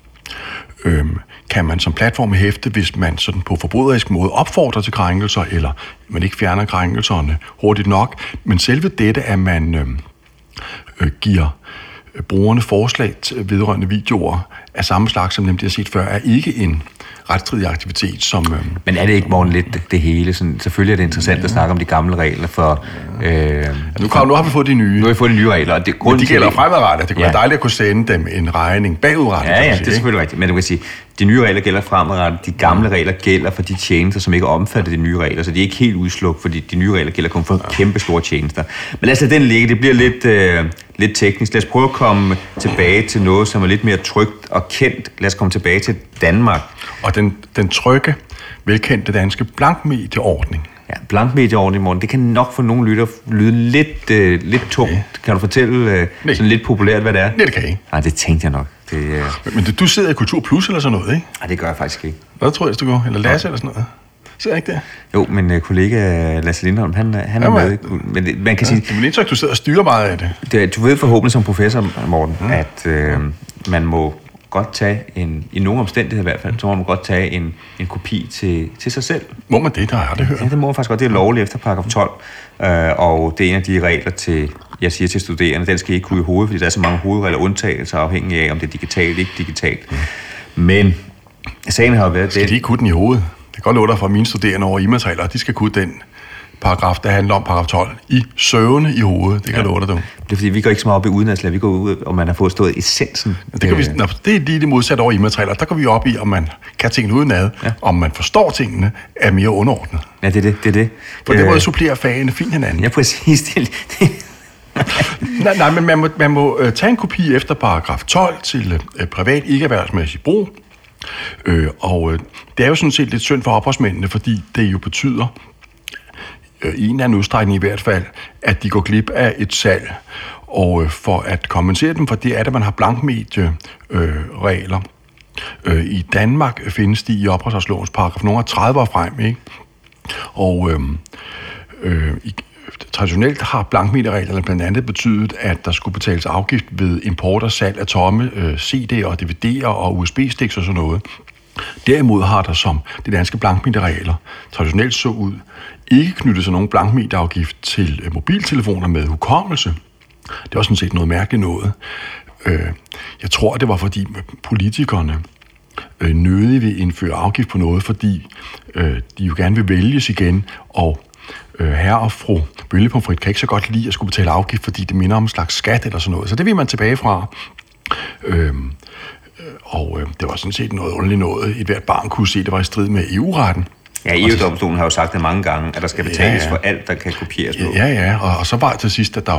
øhm, kan man som platform hæfte, hvis man sådan på forbryderisk måde opfordrer til krænkelser, eller man ikke fjerner krænkelserne hurtigt nok. Men selve dette, at man øhm, øh, giver brugerne forslag til vedrørende videoer af samme slags, som dem, de har set før, er ikke en retsstridig aktivitet, som... Øhm, Men er det ikke, Morten, lidt det hele? Sådan, selvfølgelig er det interessant at snakke om de gamle regler, for... Øh, nu, kom, nu har vi fået de nye. Nu har vi fået de nye regler, og det, men de gælder fremadrettet. Det kunne ja. være dejligt at kunne sende dem en regning bagudrettet. Ja, ja, sige, det er selvfølgelig rigtigt. Men du kan sige, de nye regler gælder fremadrettet, de gamle regler gælder for de tjenester, som ikke er omfattet af de nye regler, så de er ikke helt udslukt, fordi de nye regler gælder kun for ja. kæmpe store tjenester. Men altså, den ligge, det bliver lidt, øh, lidt teknisk. Lad os prøve at komme tilbage til noget, som er lidt mere trygt og kendt. Lad os komme tilbage til Danmark. Og den, den trygge, velkendte danske blankmedieordning. Ja, blankmedieordning, Morten, det kan nok for nogle lytter lyde lidt, øh, lidt tungt. Okay. Kan du fortælle øh, sådan lidt populært, hvad det er? Nej, det kan jeg ikke. Nej, det tænkte jeg nok. Det, øh... Men det, du sidder i Kultur Plus eller sådan noget, ikke? Nej, det gør jeg faktisk ikke. Hvad tror jeg, du går? Eller Lasse eller sådan noget? Sidder jeg ikke der? Jo, men øh, kollega Lasse Lindholm, han, han er ja, med. Men det, man kan ja, sige... Det er indtryk, du sidder og styrer meget af det. det du ved forhåbentlig som professor, Morten, mm. at øh, man må godt tage en, i nogle omstændigheder i hvert fald, så må man godt tage en, en kopi til, til sig selv. Må man det? Der har jeg aldrig hørt. Ja, det må man faktisk godt. Det er lovligt efter paragraf tolv, øh, og det er en af de regler til, jeg siger til studerende, den skal ikke kunne i hovedet, fordi der er så mange hovedregler undtagelser afhængig af, om det er digitalt, ikke digitalt. Mm. Men sagen har jo været... Skal det, de ikke kunne den i hovedet? Det kan godt love dig for mine studerende over e-materialer, de skal kunne den paragraf, der handler om paragraf tolv, i søvne i hovedet. Det kan ja. love dig, du. Det er fordi, vi går ikke så meget op i udenlandslæg, vi går ud, om man har fået stået essensen. Det, kan vi, når, det er lige det modsatte over e-materialer. Der går vi op i, om man kan tingene udenad, ja. om man forstår tingene, er mere underordnet. Ja, det er det. det, er det. For det måde supplerer fagene fint hinanden. Ja, præcis. Det, det. nej, nej, men man må, man må uh, tage en kopi efter paragraf tolv til uh, privat ikke-erhvervsmæssig brug. Uh, og uh, det er jo sådan set lidt synd for ophavsmændene, fordi det jo betyder, uh, i en eller anden udstrækning i hvert fald, at de går glip af et salg. Og uh, for at kompensere dem for det, er det, at man har blankmedieregler. Uh, uh, I Danmark findes de i ophavsretslovens paragraf nogle af tredive og frem, ikke? Og uh, uh, i traditionelt har blankmediereglerne blandt andet betydet, at der skulle betales afgift ved import og salg af tomme øh, C D'er og D V D'er og U S B-sticks og sådan noget. Derimod har der, som de danske blankmedieregler traditionelt så ud, ikke knyttet sig nogen blankmedieafgift til øh, mobiltelefoner med hukommelse. Det var sådan set noget mærkeligt noget. Øh, jeg tror, det var fordi politikerne øh, nødig vil indføre afgift på noget, fordi øh, de jo gerne vil vælges igen, og herre og fru Bøllepomfrit kan ikke så godt lide at skulle betale afgift, fordi det minder om en slags skat eller sådan noget. Så det vil man tilbage fra. Øhm, og øh, det var sådan set noget underligt noget. Et hvert barn kunne se, det var i strid med E U-retten. Ja, E U-domstolen har jo sagt det mange gange, at der skal betales ja, ja. for alt, der kan kopieres på. Ja, ja, og, og så var det til sidst, at der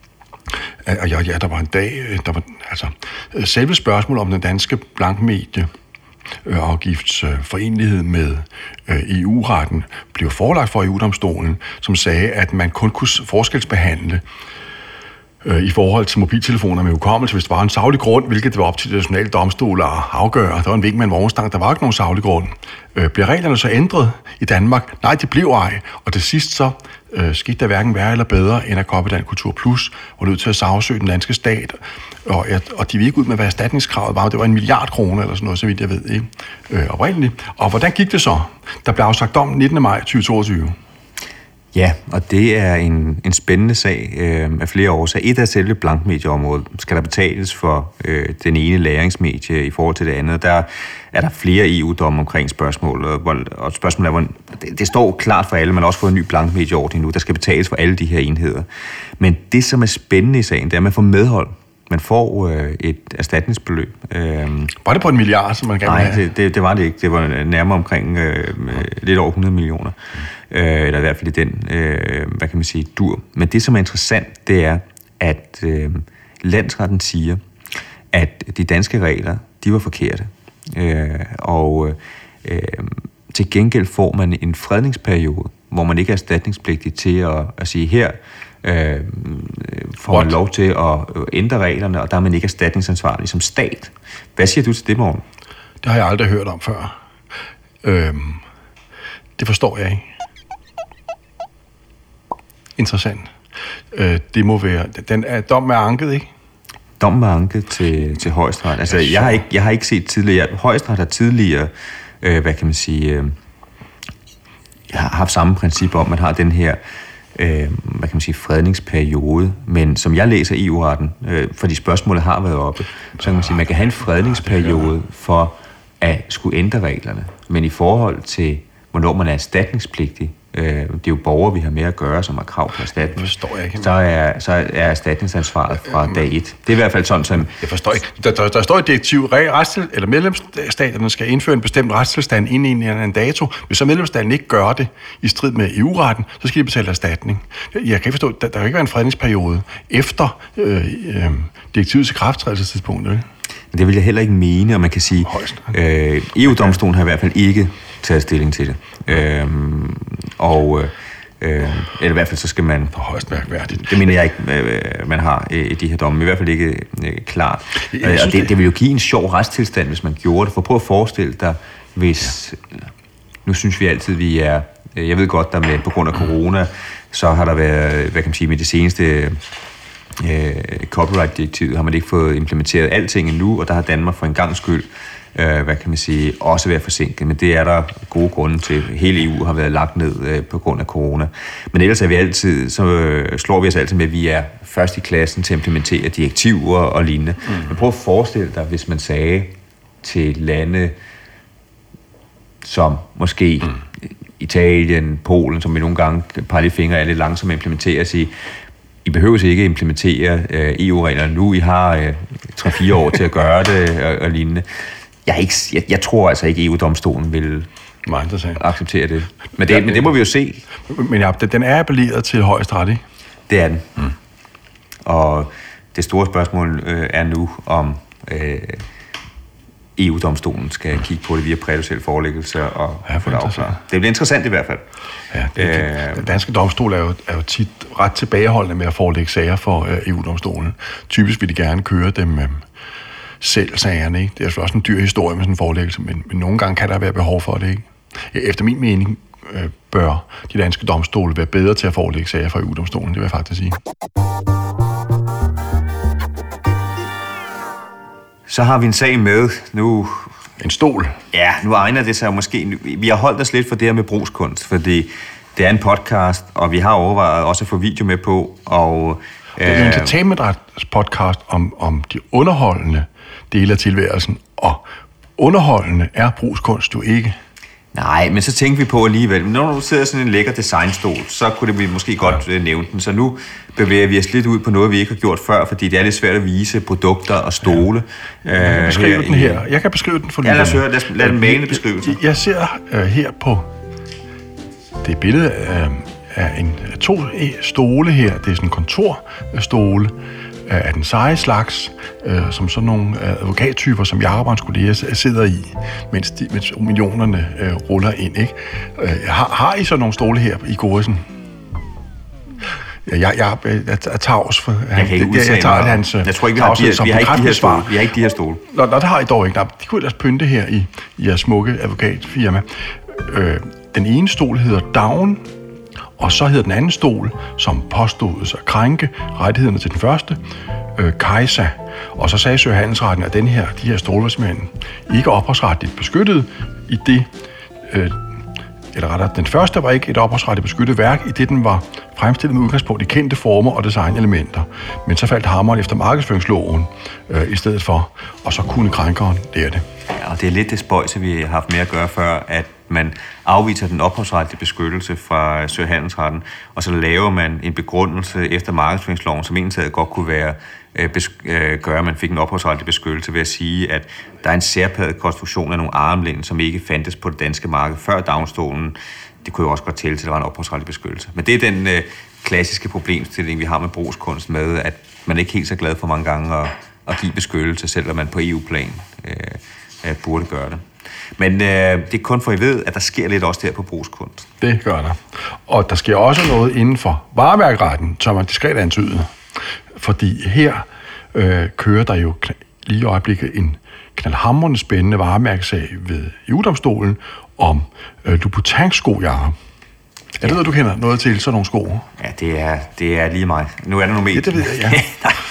og ja, ja, der var en dag, der var, altså, selve spørgsmål om den danske blankmedie afgifts forenlighed med E U-retten blev forelagt for E U-domstolen, som sagde, at man kun kunne forskelsbehandle i forhold til mobiltelefoner med hukommelse, hvis der var en saglig grund, hvilket det var op til de nationale domstole at afgøre. Der var en vink med en vognstang, der var ikke nogen saglig grund. Blev reglerne så ændret i Danmark? Nej, det blev ej. Og til sidst så øh, skete der hverken værre eller bedre, end at Copydan Kultur Plus var nødt til at sagsøge den danske stat. Og, og de ville ikke ud med, hvad erstatningskravet var. Det var en milliard kroner eller sådan noget, så vidt jeg ved, ikke? Øh, oprindeligt. Og hvordan gik det så? Der blev afsagt dom nittende maj to tusind og toogtyve. Ja, og det er en, en spændende sag øh, af flere årsager. Et af selve blankmedieområdet. Skal der betales for øh, den ene læringsmedie i forhold til det andet? Der er der flere E U-domme omkring spørgsmålet, og, og spørgsmålet er, hvor, det, det står klart for alle, man har også fået en ny blankmedieordning nu, der skal betales for alle de her enheder. Men det, som er spændende i sagen, det er, at man får medhold. Man får øh, et erstatningsbeløb. Øh, var det på en milliard, som man gerne Nej, det, det, det var det ikke. Det var nærmere omkring øh, lidt over hundrede millioner. Øh, eller i hvert fald i den, øh, hvad kan man sige, dur. Men det, som er interessant, det er, at øh, landsretten siger, at de danske regler, de var forkerte. Øh, og øh, til gengæld får man en fredningsperiode, hvor man ikke er erstatningspligtig til at, at sige her, Øh, får man lov til at ændre reglerne, og der er man ikke erstatningsansvarlig som stat. Hvad siger du til det, Morten? Det har jeg aldrig hørt om før. Øhm, det forstår jeg ikke. Interessant. Øh, det må være... Den er, dommen er anket, ikke? dommen var anket til, til Højesteret. Altså, jeg har, ikke, jeg har ikke set tidligere... Højesteret har tidligere, øh, hvad kan man sige... Øh, har haft samme princip om, at man har den her... Øh, hvad kan man sige, fredningsperiode, men som jeg læser E U-retten, øh, fordi spørgsmålet har været oppe, så kan man sige, man kan have en fredningsperiode for at skulle ændre reglerne, men i forhold til, hvornår man er erstatningspligtig, øh, det er jo borgere, vi har med at gøre, som har krav på erstatning, forstår jeg ikke. Så, er, så er erstatningsansvaret fra dag et. Det er i hvert fald sådan, som... Jeg forstår ikke. Der, der, der står i direktiv, at eller medlemsstaterne skal indføre en bestemt retstilstand inden en eller anden dato. Hvis så medlemsstaten ikke gør det i strid med E U-retten, så skal de betale erstatning. Jeg kan ikke forstå, der, der kan ikke være en fredningsperiode efter øh, øh, direktivets ikrafttrædelsestidspunkt. Ikke? Det vil jeg heller ikke mene, og man kan sige, øh, E U-domstolen har i hvert fald ikke taget stilling til det. Øh, og... Øh, Øh, eller i hvert fald så skal man... For højst mærkværdigt. Det mener jeg ikke, øh, man har øh, i de her domme. I hvert fald ikke øh, klart. Ja, og det, det vil jo give en sjov retstilstand, hvis man gjorde det. For prøv at forestille dig, hvis... Ja. Nu synes vi altid, vi er... Jeg ved godt, der med på grund af corona, så har der været, hvad kan man sige, med det seneste øh, copyright-direktiv, har man ikke fået implementeret alting endnu, og der har Danmark for en gang skyld Øh, hvad kan man sige, også være forsinket, men det er der gode grunde til. Hele E U har været lagt ned øh, på grund af corona. Men ellers er vi altid, så øh, slår vi os altid med, at vi er først i klassen til at implementere direktiver og lignende. Mm. Men prøv at forestille dig, hvis man sagde til lande som måske mm. Italien, Polen, som vi nogle gange par lidt fingre er lidt langsomt at implementere, og sige, I behøver ikke at implementere øh, E U-reglerne nu, I har øh, tre-fire år til at gøre det og, og lignende. Jeg, ikke, jeg, jeg tror altså ikke, E U-domstolen vil acceptere det. Men det, men det må vi jo se. Men ja, den er appelleret til Højesteret, ikke? Det er den. Mm. Og det store spørgsmål øh, er nu, om øh, E U-domstolen skal kigge på det via præjudiciel forelæggelse og ja, få det afklaret. Det bliver interessant i hvert fald. Ja, det, øh, den danske domstol er jo, er jo tit ret tilbageholdende med at forelægge sager for øh, E U-domstolen. Typisk vil de gerne køre dem øh, selv sagerne, ikke? Det er også en dyr historie med sådan en forelæggelse, men, men nogle gange kan der være behov for det, ikke? Efter min mening øh, bør de danske domstole være bedre til at forelægge sager for E U-domstolen, det vil jeg faktisk sige. Så har vi en sag med nu. En stol. Ja, nu egner det sig jo måske. Vi har holdt os lidt for det her med brugskunst, fordi det er en podcast, og vi har overvejet også at få video med på. Og, det er jo en entertainment-podcast om, om de underholdende dele af tilværelsen, og underholdende er brugskunst jo ikke. Nej, men så tænkte vi på alligevel, når du sidder sådan en lækker designstol, så kunne det vi måske godt ja. nævne den. Så nu bevæger vi os lidt ud på noget, vi ikke har gjort før, fordi det er lidt svært at vise produkter og stole. Ja. Jeg kan beskrive øh, den her. Jeg kan beskrive den for lytterne. Ja, lad os høre. Lad, os, lad den malende beskrivelse. Jeg ser uh, her på det billede af, af en, to stole her. Det er sådan en kontorstole af den seje slags, øh, som sådan nogle advokattyper, som Jacob skulle læse, sidder i, mens, de, mens millionerne øh, ruller ind. Ikke? Øh, har, har I så nogle stole her i Gorisen? Ja, jeg, jeg, jeg, jeg er tavs for jeg kan ikke jeg, jeg tager hans jeg tror ikke, vi har, de her, vi har ikke de her stole. Vi har ikke de her stole. Nå, nå, det har I dog ikke. Nå, de kunne ellers pynte her i, i jeres smukke advokatfirma. Øh, den ene stol hedder Down, og så hedder den anden stol, som påstod at krænke rettighederne til den første, øh, Kajsa. Og så sagde Sø Handelsretten, at den her, de her stole var simpelthen ikke ophavsretligt beskyttet i det, øh, eller rettere, den første var ikke et ophavsretligt beskyttet værk, i det den var fremstillet med udgangspunkt i kendte former og designelementer. Men så faldt hammeren efter markedsføringsloven øh, i stedet for, og så kunne krænkeren lære det. Ja, og det er lidt det spøjse, vi har haft med at gøre før, at man afviser den ophavsretlige beskyttelse fra Sø Handelsretten, og så laver man en begrundelse efter markedsføringsloven, som egentlig godt kunne være øh, besk- øh, gøre, at man fik en ophavsretlig beskyttelse ved at sige, at der er en særpræget konstruktion af nogle armlæn, som ikke fandtes på det danske marked før Downstolen. Det kunne jo også godt tælle til, at der var en ophavsretlig beskyttelse. Men det er den øh, klassiske problemstilling, vi har med brugskunst med, at man ikke helt så glad for mange gange at, at give beskyttelse, selvom man på E U-plan øh, øh, burde gøre det. Men øh, det er kun for, at I ved, at der sker lidt også der på brugskunst. Det gør der. Og der sker også noget inden for varemærkeretten, som er diskret antydet. Fordi her øh, kører der jo lige i øjeblikket en knaldhamrende spændende varemærkesag ved E U-domstolen om øh, Louboutin-sko, Jacob. Jeg ved, at du kender noget til sådan nogle sko. Ja, det er, det er lige mig. Nu er der nogle mere. Ja, det ved jeg, ja.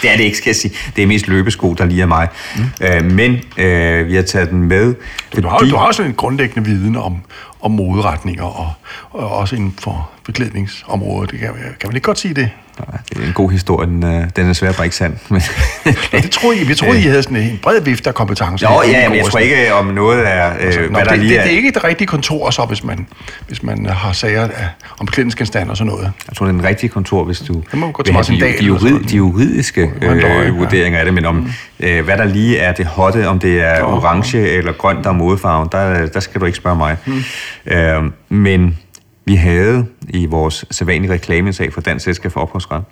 det er det ikke, skal jeg sige. Det er mest løbesko, der lige er mig. Mm. Øh, men øh, vi har taget den med. Du har, du har også en grundlæggende viden om, om moderetninger, og, og også inden for beklædningsområdet. Det kan, kan man ikke godt sige det? Nej, det er en god historie. Den, den er svært bare ikke sand. Men det tror jeg, vi troede, I havde sådan en bred vifte af kompetencer. Jo, ja, men jeg tror ikke, om noget er, øh, altså, hvad nå, der det, lige det, er. det er ikke det rigtige kontor, så, hvis man, hvis man har sager af, om beklædningsgenstande og sådan noget. Jeg tror, det er den rigtige kontor, hvis du må gå til vil have de, Dahl de, jurid, de juridiske øh, løg, vurderinger af det, men om mm. øh, hvad der lige er det hotte, om det er oh, orange oh. eller grønt, der er modefarven, der, der skal du ikke spørge mig. Mm. Øh, men vi havde i vores sædvanlige reklamesag for Dansk Selskab for Ophavsret,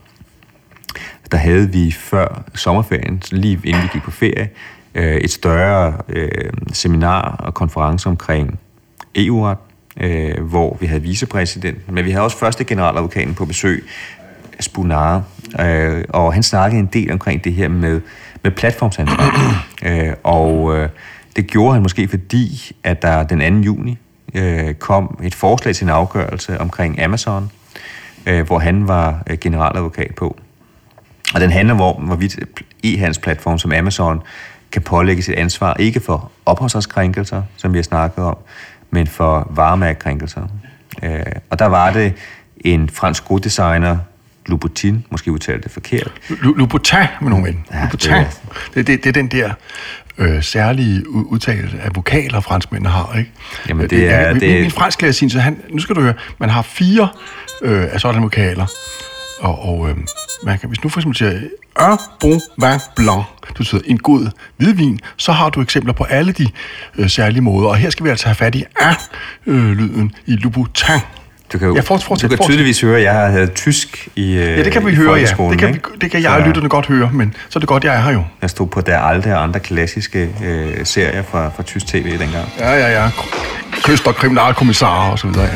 der havde vi før sommerferien, lige inden vi gik på ferie, et større øh, seminar og konference omkring E U-ret, øh, hvor vi havde vicepræsidenten, men vi havde også første generaladvokaten på besøg, Spunare, øh, og han snakkede en del omkring det her med, med platformsansvar. øh, og øh, det gjorde han måske fordi, at der den anden juni øh, kom et forslag til en afgørelse omkring Amazon, øh, hvor han var øh, generaladvokat på. Og den handler om, hvorvidt e-handelsplatform som Amazon kan pålægge sit ansvar, ikke for ophavsretskrænkelser, som vi har snakket om, men for varemærkekrænkelser. Øh, og der var det en fransk skodesigner, Louboutin, måske udtalte det forkert. Louboutin, med nogen ven. Ja, Louboutin. Det, det, det, det er den der øh, særlige udtalelse af vokaler, franskmændene har, ikke? Jamen det er... Min, det... min, min fransk lærer siger, så han, nu skal du høre, man har fire øh, af sådanne vokaler, og, og øh, man kan, hvis nu for eksempel siger, un bon vin blanc, det betyder en god hvidvin, så har du eksempler på alle de øh, særlige måder, og her skal vi altså have fat i a-lyden øh, i Louboutin. Du kan, jo, ja, fortsæt, fortsæt, du kan tydeligvis høre, at jeg har havde tysk i øh, ja, det kan vi høre, ja. Det kan, vi, det kan jeg og lytterne godt høre, men så er det godt, jeg er her jo. Jeg stod på Der Alte og andre klassiske øh, serier fra, fra tysk tv dengang. Ja, ja, ja. Kyst- og kriminalkommissarer og så videre, ja.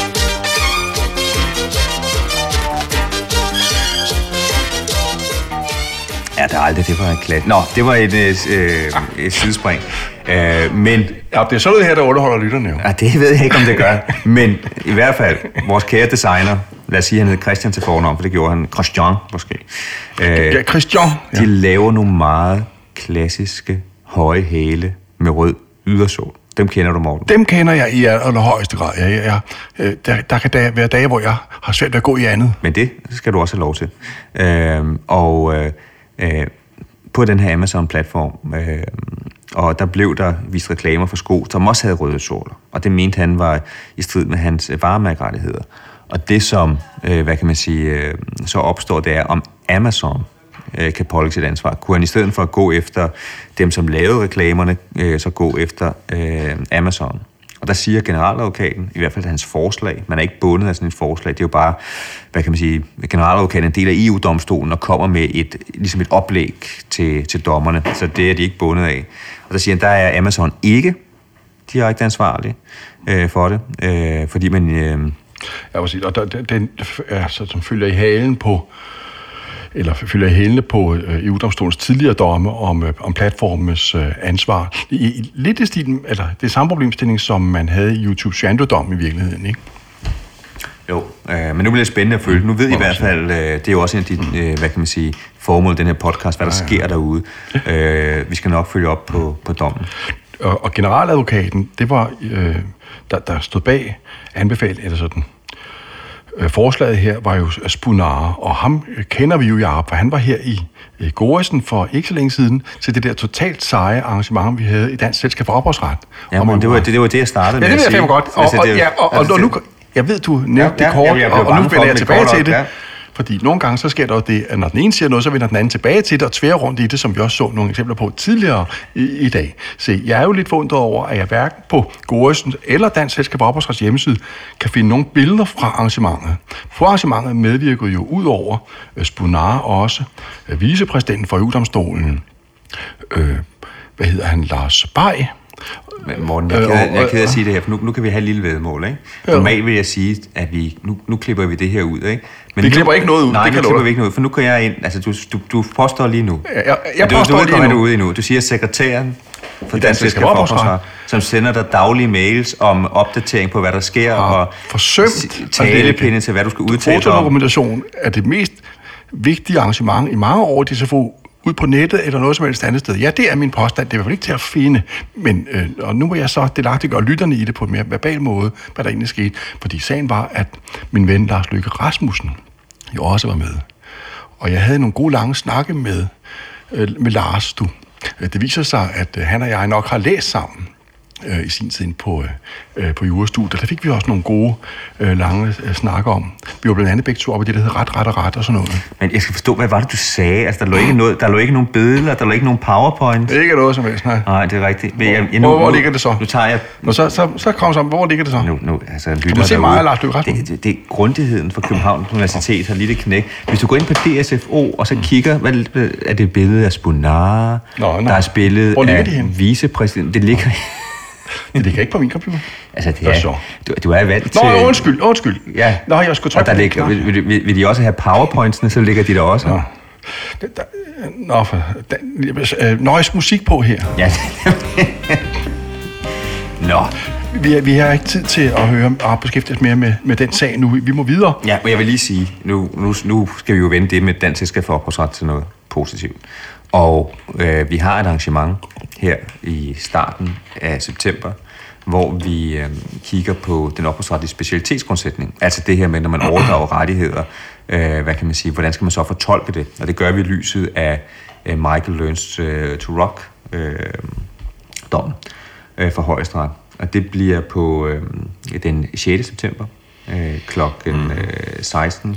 Ja, Der Alte, det var en klat. Nå, det var et, øh, et sidespring. Øh, men... Ja, det er sådan noget her, der underholder lytterne jo. Ja, det ved jeg ikke, om det gør. Men i hvert fald, vores kære designer, lad os sige, han hed Christian til fornavn, for det gjorde han, Christian måske. Øh, ja, Christian. Ja. De laver nogle meget klassiske, høje hæle med rød ydersål. Dem kender du, Morten? Dem kender jeg i allerhøjeste grad. Jeg, jeg, jeg, der, der kan der være dage, hvor jeg har svært ved at gå i andet. Men det skal du også have lov til. Øh, og øh, øh, på den her Amazon-platform, øh, og der blev der vist reklamer for sko, som også havde røde såler. Og det mente han var i strid med hans varemærkerettigheder. Og det som, øh, hvad kan man sige, øh, så opstår, det er, om Amazon øh, kan pålægge sit ansvar. Kunne han i stedet for at gå efter dem, som lavede reklamerne, øh, så gå efter øh, Amazon. Og der siger generaladvokaten, i hvert fald hans forslag, man er ikke bundet af sådan et forslag, det er jo bare, hvad kan man sige, generaladvokaten er en del af E U-domstolen og kommer med et, ligesom et oplæg til, til dommerne, så det er de ikke bundet af. Og der siger han, der er Amazon ikke direkte ansvarlig øh, for det, øh, fordi man... Øh, Jeg vil sige, og der, den er så, som følger i halen på, eller følger i hælene på E U-domstolens tidligere domme om, om platformens øh, ansvar. I, i, lidt i stilen, eller det er samme problemstilling, som man havde i YouTubes Shando-dom i virkeligheden, ikke? Jo, øh, men nu bliver det spændende at følge. Nu ved I i hvert fald, øh, det er jo også en af de, øh, hvad kan man sige, formål den her podcast, hvad der ja, ja. sker derude. Øh, vi skal nok følge op på, på dommen. Og, og generaladvokaten, det var, øh, der, der stod bag anbefaling, eller sådan, øh, forslaget her var jo Spunare, og ham kender vi jo i Arp, for han var her i øh, Goresen for ikke så længe siden, til det der totalt seje arrangement, vi havde i Dansk Selskab for Ophavsret. Ja, men det var det, det var det, jeg startede ja, med at sige. Ja, det ved jeg godt. Og, altså, og, det, ja, og, altså, og, og nu, jeg ved, du nævnte ja, det kort, ja, jeg, jeg og, og nu vender jeg tilbage til det. Ja. Fordi nogle gange så sker der jo det, at når den ene siger noget, så vender den anden tilbage til det og tværer rundt i det, som vi også så nogle eksempler på tidligere i, i dag. Så jeg er jo lidt forundret over, at jeg hverken på Goresen eller Dansk Selskab for Ophavsrets hjemmeside kan finde nogle billeder fra arrangementet. På arrangementet medvirkede jo ud over uh, Spunare også uh, vicepræsidenten for E U-domstolen, uh, hvad hedder han, Lars Bay. Men Morten, jeg er ked af, jeg er ked af at sige det her, for nu, nu kan vi have et lille vedmål, ikke? Normalt vil jeg sige, at vi, nu, nu klipper vi det her ud, ikke? Men vi nu, klipper ikke noget ud. Nej, det nu klipper vi ikke noget ud, for nu kan jeg ind, altså du, du, du påstår lige nu. Jeg, jeg, jeg du, påstår du, du lige nu. ude endnu. Du siger sekretæren for Dansk Selskab for Ophavsret, som sender dig daglige mails om opdatering på, hvad der sker, og forsømt talepinde til, hvad du skal udtale om. Fotodokumentation er det mest vigtigt arrangement i mange år, det er så få ud på nettet eller noget som helst andet sted. Ja, det er min påstand. Det er i hvert fald ikke til at finde. Men, øh, og nu må jeg så delagtiggøre lytterne i det på en mere verbal måde, hvad der egentlig skete. Fordi sagen var, at min ven Lars Løkke Rasmussen jo også var med. Og jeg havde nogle gode lange snakke med, øh, med Lars, du. Det viser sig, at øh, han og jeg nok har læst sammen øh, i sin tid på, øh, på jurastudiet. Der fik vi også nogle gode, øh, lange øh, snakker om. Vi var blandt andet begge to op i det, der hedder ret, ret og ret og sådan noget. Men jeg skal forstå, hvad var det, du sagde? Altså, der lå ikke, noget, der lå ikke nogen billeder, der lå ikke nogen powerpoint. Ikke noget som helst, nej. Nej, det er rigtigt. Men jeg, jeg, nu, nu, hvor, hvor ligger det så? Nu tager jeg... Nå, så, så, så kom så, hvor ligger det så? Nu, nu, altså, lytter du må se derude. mig, Lars Løkke Rasmussen. Det, det, det er grundigheden for København Universitet har lige det knæk. Hvis du går ind på D S F O, og så kigger, hvad er det et billede af Spunar? Nå, der er spillet af vicepræsident. Det ligger... Det ligger ikke på min computer. Altså, det er, du, du er vant til... Nå, undskyld, undskyld. Ja. Nå, jeg skulle trykke der ligger, vil, vil, vil, vil de også have powerpointsene, så ligger de der også. Nå, der, nå for... Der, nøjes musik på her. Ja. Nå. Vi, vi har ikke tid til at høre og beskæftige os mere med, med den sag nu. Vi må videre. Ja, men jeg vil lige sige, nu, nu, nu skal vi jo vende det med Dansk Selskab for Ophavsret til noget positivt. Og øh, vi har et arrangement her i starten af september, hvor vi øh, kigger på den ophavsretlige specialitetsgrundsætning. Altså det her med, når man overdrager rettigheder, øh, hvad kan man sige, hvordan skal man så fortolke det? Og det gør vi i lyset af øh, Michael Learns øh, to Rock øh, dommen øh, for Højesteret. Og det bliver på øh, den sjette september øh, klokken øh, seksten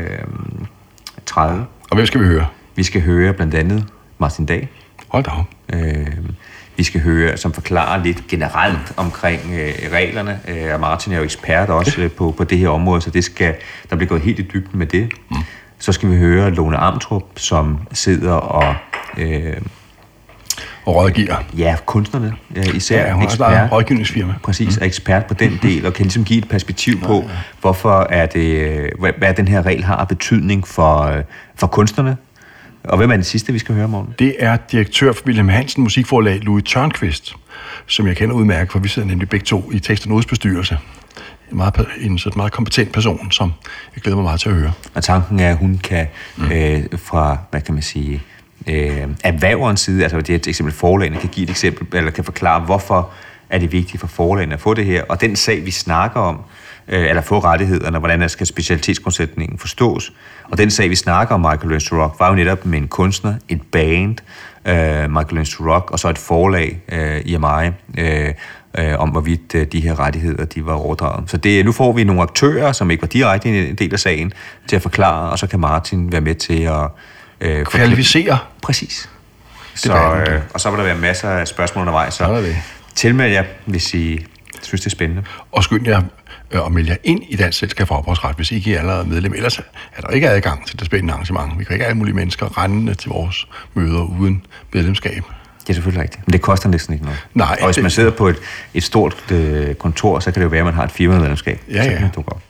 tredive. Og hvem skal vi høre? Vi skal høre blandt andet Martin Dahl. Hold da op. Øh, vi skal høre, som forklarer lidt generelt omkring øh, reglerne. Øh, og Martin er jo ekspert også øh, på, på det her område, så det skal, der bliver gået helt i dybden med det. Mm. Så skal vi høre Lone Amtrup, som sidder og... Øh, og rådgiver. Ja, kunstnerne øh, især. Ja, hun ekspert, er rådgivningsfirma. Præcis, er ekspert på den del, og kan ligesom give et perspektiv på, ja, ja. hvorfor er det, hvad, hvad den her regel har af betydning for, for kunstnerne. Og hvem er den sidste, vi skal høre, Morten? Det er direktør for Wilhelm Hansen Musikforlag, Louis Tørnqvist, som jeg kender udmærket, for vi sidder nemlig begge to i Tekst- og Nodesbestyrelse. En meget, en så meget kompetent person, som jeg glæder mig meget til at høre. Og tanken er, at hun kan mm. øh, fra, hvad kan man sige, øh, erhververens side, altså det er et eksempel forlagene, kan give et eksempel, eller kan forklare, hvorfor er det vigtigt for forlagene at få det her. Og den sag, vi snakker om, øh, eller få rettighederne, hvordan skal specialitetsgrundsætningen forstås. Og den sag, vi snakker om Michael Learns to Rock, var jo netop med en kunstner, et band, øh, Michael Learns to Rock, og så et forlag, øh, I M I, øh, øh, om hvorvidt øh, de her rettigheder, de var overdraget. Så det, nu får vi nogle aktører, som ikke var direkte en del af sagen, til at forklare, og så kan Martin være med til at... Øh, kvalificere. Præcis. Så, øh, og så vil der være masser af spørgsmål undervejs, så det. tilmeld jer, hvis I synes, det er spændende. Og skynd jer øh, og melde jer ind i Dansk Selskab for Ophavsret, hvis ikke I er allerede medlem. Ellers er der ikke adgang til det spændende arrangement. Vi kan ikke alle mulige mennesker rendende til vores møder uden medlemskab. Det er selvfølgelig rigtigt. Men det koster næsten ikke noget. Nej. Og hvis man sidder på et, et stort øh, kontor, så kan det jo være, at man har et firma-medlemskab. Ja, så ja. kan det dukke op.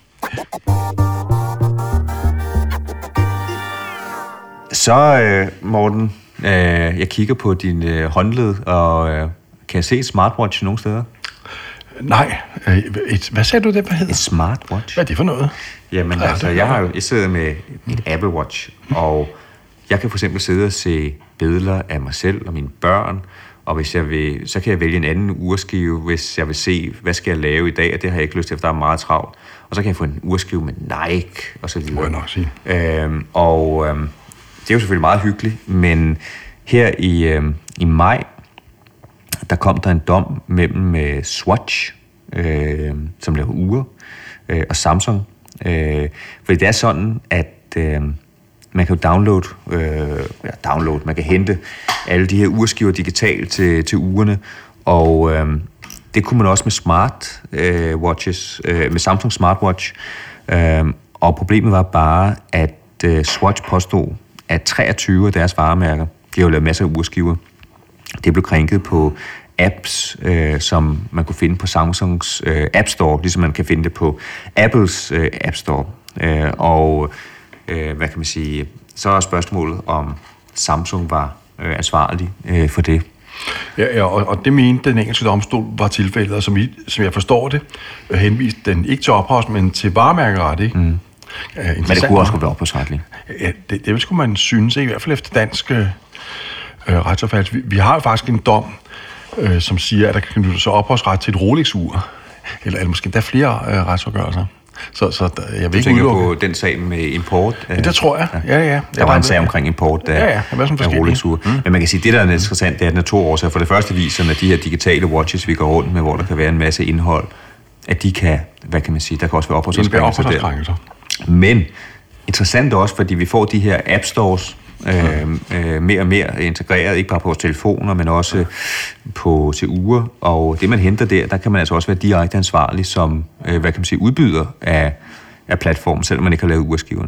Så, øh, Morten, øh, jeg kigger på din øh, håndled, og øh, kan jeg se et smartwatch nogle steder? Nej. Et, hvad sagde du, det hvad hedder? Et smartwatch? Hvad er det for noget? Jamen, ja, altså, jeg har jo jeg sidder med et Apple Watch, og jeg kan for eksempel sidde og se billeder af mig selv og mine børn, og hvis jeg vil, så kan jeg vælge en anden urskive, hvis jeg vil se, hvad skal jeg lave i dag, og det har jeg ikke lyst til, for der er meget travlt. Og så kan jeg få en urskive med Nike, og så videre. Må jeg nok sige. Øhm, og øhm, det er jo selvfølgelig meget hyggeligt, men her i, øhm, i maj, der kom der en dom mellem øh, Swatch, øh, som laver ure, øh, og Samsung. Øh, fordi det er sådan, at øh, man kan jo downloade, øh, ja, downloade, man kan hente alle de her urskiver digitalt til, til urene, og øh, det kunne man også med smart øh, watches, øh, med Samsung Smartwatch. Øh, og problemet var bare, at øh, Swatch påstod, at treogtyve af deres varemærker, de har jo lavet masser af urskiver, det blev krænket på apps, øh, som man kunne finde på Samsungs øh, App Store, ligesom man kan finde det på Apples øh, App Store. Øh, og øh, hvad kan man sige, så er spørgsmålet, om Samsung var øh, ansvarlig øh, for det. Ja, ja og, og det mente den engelske domstol var tilfældet, og som, I, som jeg forstår det, henviste den ikke til ophavs, men til varemærkeret, ikke? Mm. uh, Men det kunne også være ophavsretligt. Ja, det, det skulle man synes, i hvert fald efter dansk øh, retsopfattelse. Vi, vi har jo faktisk en dom, øh, som siger, at der kan knytte sig ophavsret til et Rolex-ur. Eller, eller måske endda flere øh, retsopgørelser. Så, så der, jeg du vil tænker udelukke. på den sag med import? Ja, det tror jeg. Ja, ja. ja. Der var en sag omkring import af, ja, ja. af Rolex-ure. Mm. Men man kan sige, at det, der er interessant, det er, at den er to årsager. For det første viser, at de her digitale watches, vi går rundt med, hvor der kan være en masse indhold, at de kan, hvad kan man sige, der kan også være ophavsretskrænkelser der. Men interessant også, fordi vi får de her app stores øh, øh, mere og mere integreret, ikke bare på vores telefoner, men også på til ure. Og det, man henter der, der kan man altså også være direkte ansvarlig som, øh, hvad kan man sige, udbyder af, af platformen, selvom man ikke har lavet urskiverne.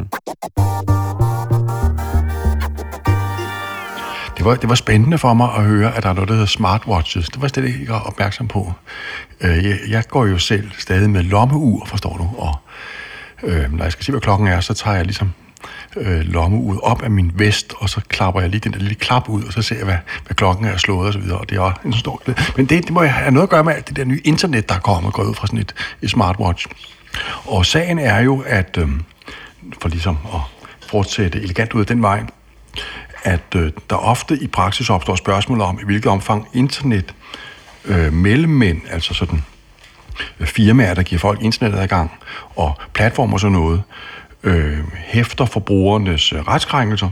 Det var, det var spændende for mig at høre, at der er noget, der hedder smartwatches. Det var jeg slet ikke opmærksom på. Jeg, jeg går jo selv stadig med lommeur, forstår du, og øh, når jeg skal se, hvad klokken er, så tager jeg ligesom øh, lommeuret op af min vest, og så klapper jeg lige den der lille klap ud, og så ser jeg, hvad, hvad klokken er slået og så videre, og det er også en stor glæde. Men det, det må jeg have noget at gøre med alt det der nye internet, der er kommet og gået ud fra sådan et, et smartwatch. Og sagen er jo, at øh, for ligesom at fortsætte elegant ud af den vej, at øh, der ofte i praksis opstår spørgsmål om, i hvilket omfang internet øh, mellemmænd, altså sådan øh, firmaer, der giver folk internetadgang, og platformer og sådan noget, øh, hæfter for brugernes øh, retskrænkelser.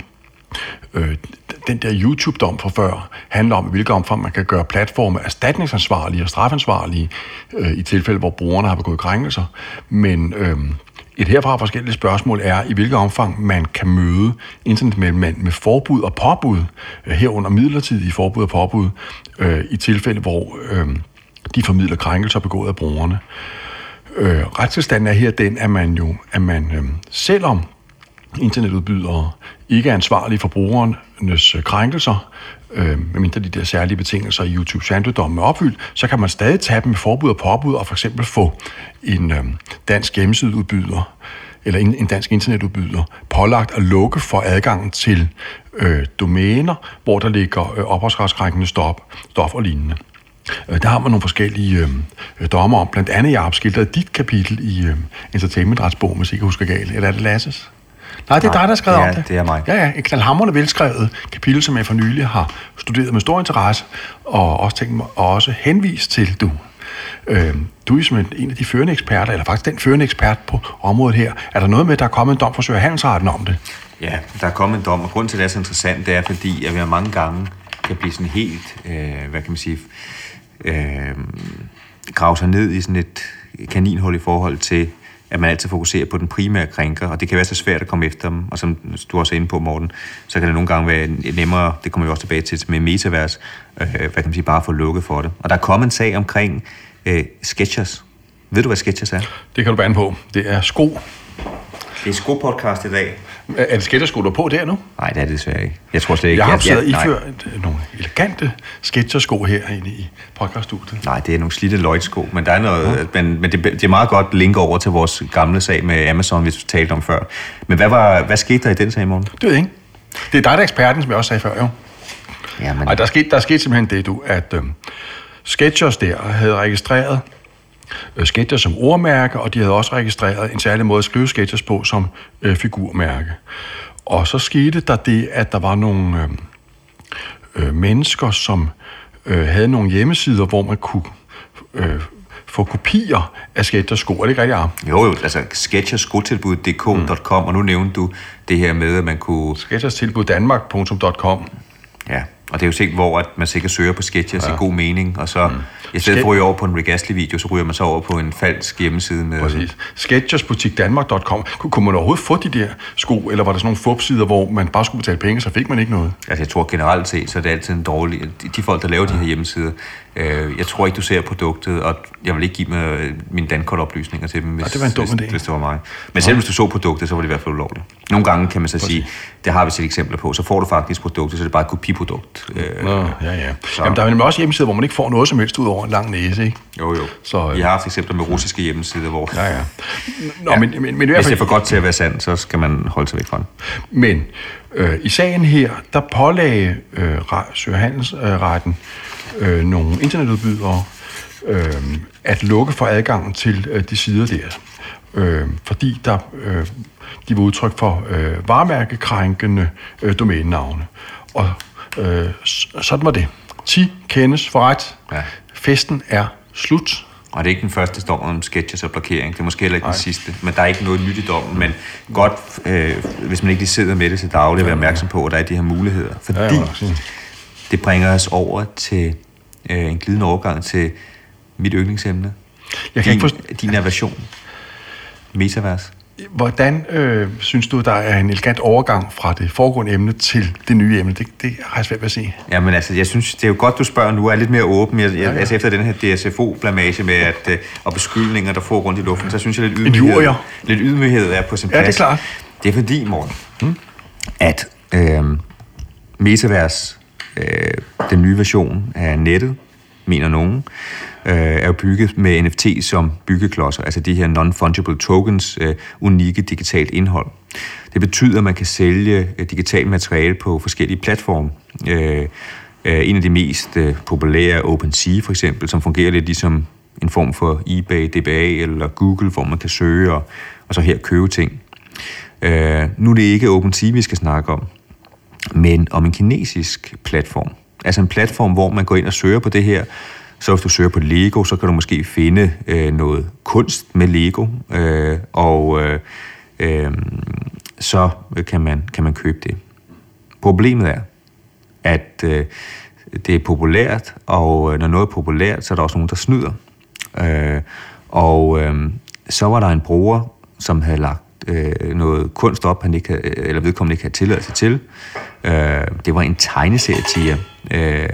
Øh, den der YouTube-dom fra før handler om, i hvilket omfang man kan gøre platforme erstatningsansvarlige og strafansvarlige øh, i tilfælde, hvor brugerne har begået krænkelser. Men øh, et herfra forskellige spørgsmål er, i hvilket omfang man kan møde internetmænd med forbud og påbud, øh, herunder midlertidige forbud og påbud, øh, i tilfælde, hvor øh, de formidler krænkelser begået af brugerne. Øh, retstilstanden er her den, at man jo, at man øh, selvom internetudbydere ikke er ansvarlige for brugernes krænkelser, øh, medmindre de der særlige betingelser i YouTube Sandodommen er opfyldt, så kan man stadig tage dem med forbud og påbud og for eksempel få en øh, dansk hjemmesideudbyder eller en, en dansk internetudbyder pålagt at lukke for adgangen til øh, domæner, hvor der ligger øh, ophavsretskrænkende stof, stof og lignende. Øh, der har man nogle forskellige øh, dommer om. Blandt andet, jeg har opskiltet dit kapitel i øh, Entertainmentretsbogen, hvis jeg ikke husker galt. Eller er det Lasses? Nej, det er dig, der har skrevet det er, om det. det er mig. Ja, ja, et knaldhamrende velskrevet kapitel, som jeg for nylig har studeret med stor interesse, og også tænkt mig og også henvist til, du. Øh, du er som en af de førende eksperter, eller faktisk den førende ekspert på området her. Er der noget med, at der er kommet en dom fra Sø- og Handelsretten om det? Ja, der er kommet en dom, og grunden til, at det er så interessant, det er, fordi at vi mange gange kan blive sådan helt, øh, hvad kan man sige, øh, grave sig ned i sådan et kaninhul i forhold til, at man altid fokuserer på den primære krænker, og det kan være så svært at komme efter dem, og som du også er inde på, Morten, så kan det nogle gange være nemmere, det kommer vi også tilbage til, med metavers, øh, hvad kan man sige, bare få lukket for det. Og der er kommet en sag omkring øh, Skechers. Ved du, hvad Skechers er? Det kan du bande på. Det er sko. Det er sko-podcast i dag. Er det Skechers-sko, du er på der nu? Nej, det er det desværre ikke. Jeg tror slet ikke. Jeg har siddet jeg, iført nogle elegante Skechers-sko herinde i podcaststudiet. Nej, det er nogle slidte Lloyd-sko, men der er noget, ja. men, men det, det er meget godt linke over til vores gamle sag med Amazon, vi talte om før. Men hvad, var, hvad skete der i den sag, Morten? Det ved jeg ikke. Det er dig, der er eksperten, som jeg også sagde før, jo. Jamen. Ej, der skete, der skete simpelthen det, du, at øh, Skechers der havde registreret øh, Skechers som ordmærke, og de havde også registreret en særlig måde at skrive Skechers på som øh, figurmærke. Og så skete der det, at der var nogle øh, øh, mennesker, som øh, havde nogle hjemmesider, hvor man kunne øh, få kopier af Skechers sko. Er det ikke rigtigt, Arne? Jo, jo, altså sketcherskotilbud punktum d k punktum com, mm. og nu nævnte du det her med, at man kunne... sketcherstilbud danmark punktum com. Ja, og det er jo sikkert, hvor at man sikkert søger på Skechers ja. i god mening, og så mm. i stedet Ske- for at ryge over på en Regastly-video, så ryger man så over på en falsk hjemmeside med... Præcis. sketchersbutik danmark punktum com. Kunne man overhovedet få de der sko, eller var der sådan nogle fupsider, hvor man bare skulle betale penge, så fik man ikke noget? Altså jeg tror generelt set, så er det altid en dårlig... De folk, der laver ja. de her hjemmesider, øh, jeg tror ikke, du ser produktet, og jeg vil ikke give mig mine dankortoplysninger til dem, hvis, ja, det var en dum hvis, idé. hvis det var mig. Men selv hvis du så produktet, så var det i hvert fald ulovligt. Nogle gange kan man så Præcis. sige, det har vi set eksempler på, så får du faktisk produktet, så det er bare et kopiprodukt. Øh, Nå, ja, ja. Jamen, der er nemlig også hjemmesider, hvor man ikke får noget som helst ud over en lang næse, ikke? Jo, jo. Så, Vi har haft eksempler med russiske hjemmesider, hvor... Ja, ja. Nå, ja. Men, men, men i hvert Hvis fald... det er for godt til at være sandt, så skal man holde sig væk fra det. Men øh, i sagen her, der pålagde øh, Sø- og Handelsretten øh, nogle internetudbydere øh, at lukke for adgangen til øh, de sider der. øh, fordi der, øh, de var udtryk for øh, varemærkekrænkende øh, domænenavne. Og øh, sådan var det. ti kendes for ret. Ja. Festen er slut. Og det er ikke den første dom om sketches og blokering. Det er måske heller ikke den sidste. Men der er ikke noget nyt i dommen. Men godt, øh, hvis man ikke lige sidder med det til daglig, at være opmærksom på, at der er de her muligheder. Fordi ja, det bringer os over til øh, en glidende overgang til mit yndlingsemne. Jeg kan din, ikke forst- din aversion. Metavers. Hvordan øh, synes du, der er en elegant overgang fra det foregående emne til det nye emne? Det, det har jeg svært ved at se. Jamen altså, jeg synes, det er jo godt, du spørger nu. Jeg er lidt mere åben. Jeg, jeg, ja, ja. Altså efter den her D S F O-blamage med at, øh, og beskyldninger, der får rundt i luften, så synes jeg lidt ydmyghed, lidt ydmyghed er på sin plads. Ja, det er klart. Det er fordi, Morten, hmm? at øh, Metavers, øh, den nye version af nettet, mener nogen, øh, er jo bygget med N F T som byggeklodser, altså de her non-fungible tokens, øh, unikke digitalt indhold. Det betyder, at man kan sælge øh, digitalt materiale på forskellige platforme. Øh, øh, en af de mest øh, populære er OpenSea for eksempel, som fungerer lidt ligesom en form for eBay, D B A eller Google, hvor man kan søge og, og så her købe ting. Øh, nu er det ikke OpenSea, vi skal snakke om, men om en kinesisk platform. Altså en platform, hvor man går ind og søger på det her. Så hvis du søger på Lego, så kan du måske finde øh, noget kunst med Lego, øh, og øh, øh, så kan man, kan man købe det. Problemet er, at øh, det er populært, og når noget er populært, så er der også nogen, der snyder. Øh, og øh, så var der en bruger, som havde lagt øh, noget kunst op, han ikke havde, eller vedkommende ikke havde tilladelse til. Øh, det var en tegneserietiger. Øh,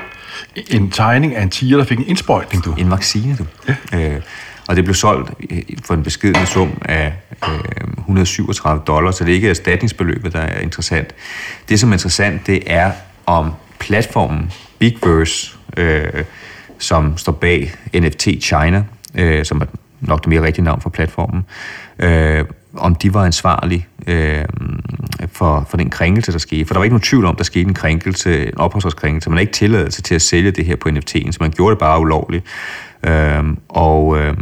en tegning af en tiger, der fik en indsprøjtning, du. En vaccine, du. Ja. Øh, og det blev solgt for en beskedne sum af øh, et hundrede og syvogtredive dollar, så det er ikke erstatningsbeløbet, der er interessant. Det, som er interessant, det er om platformen Bigverse, øh, som står bag N F T China, øh, som er nok det mere rigtige navn for platformen, øh, om de var ansvarlige øh, for, for den krænkelse, der skete. For der var ikke nogen tvivl om, der skete en krænkelse, en ophavsretskrænkelse. Man har ikke tilladelse til at sælge det her på N F T'en, så man gjorde det bare ulovligt. Øh, og øh,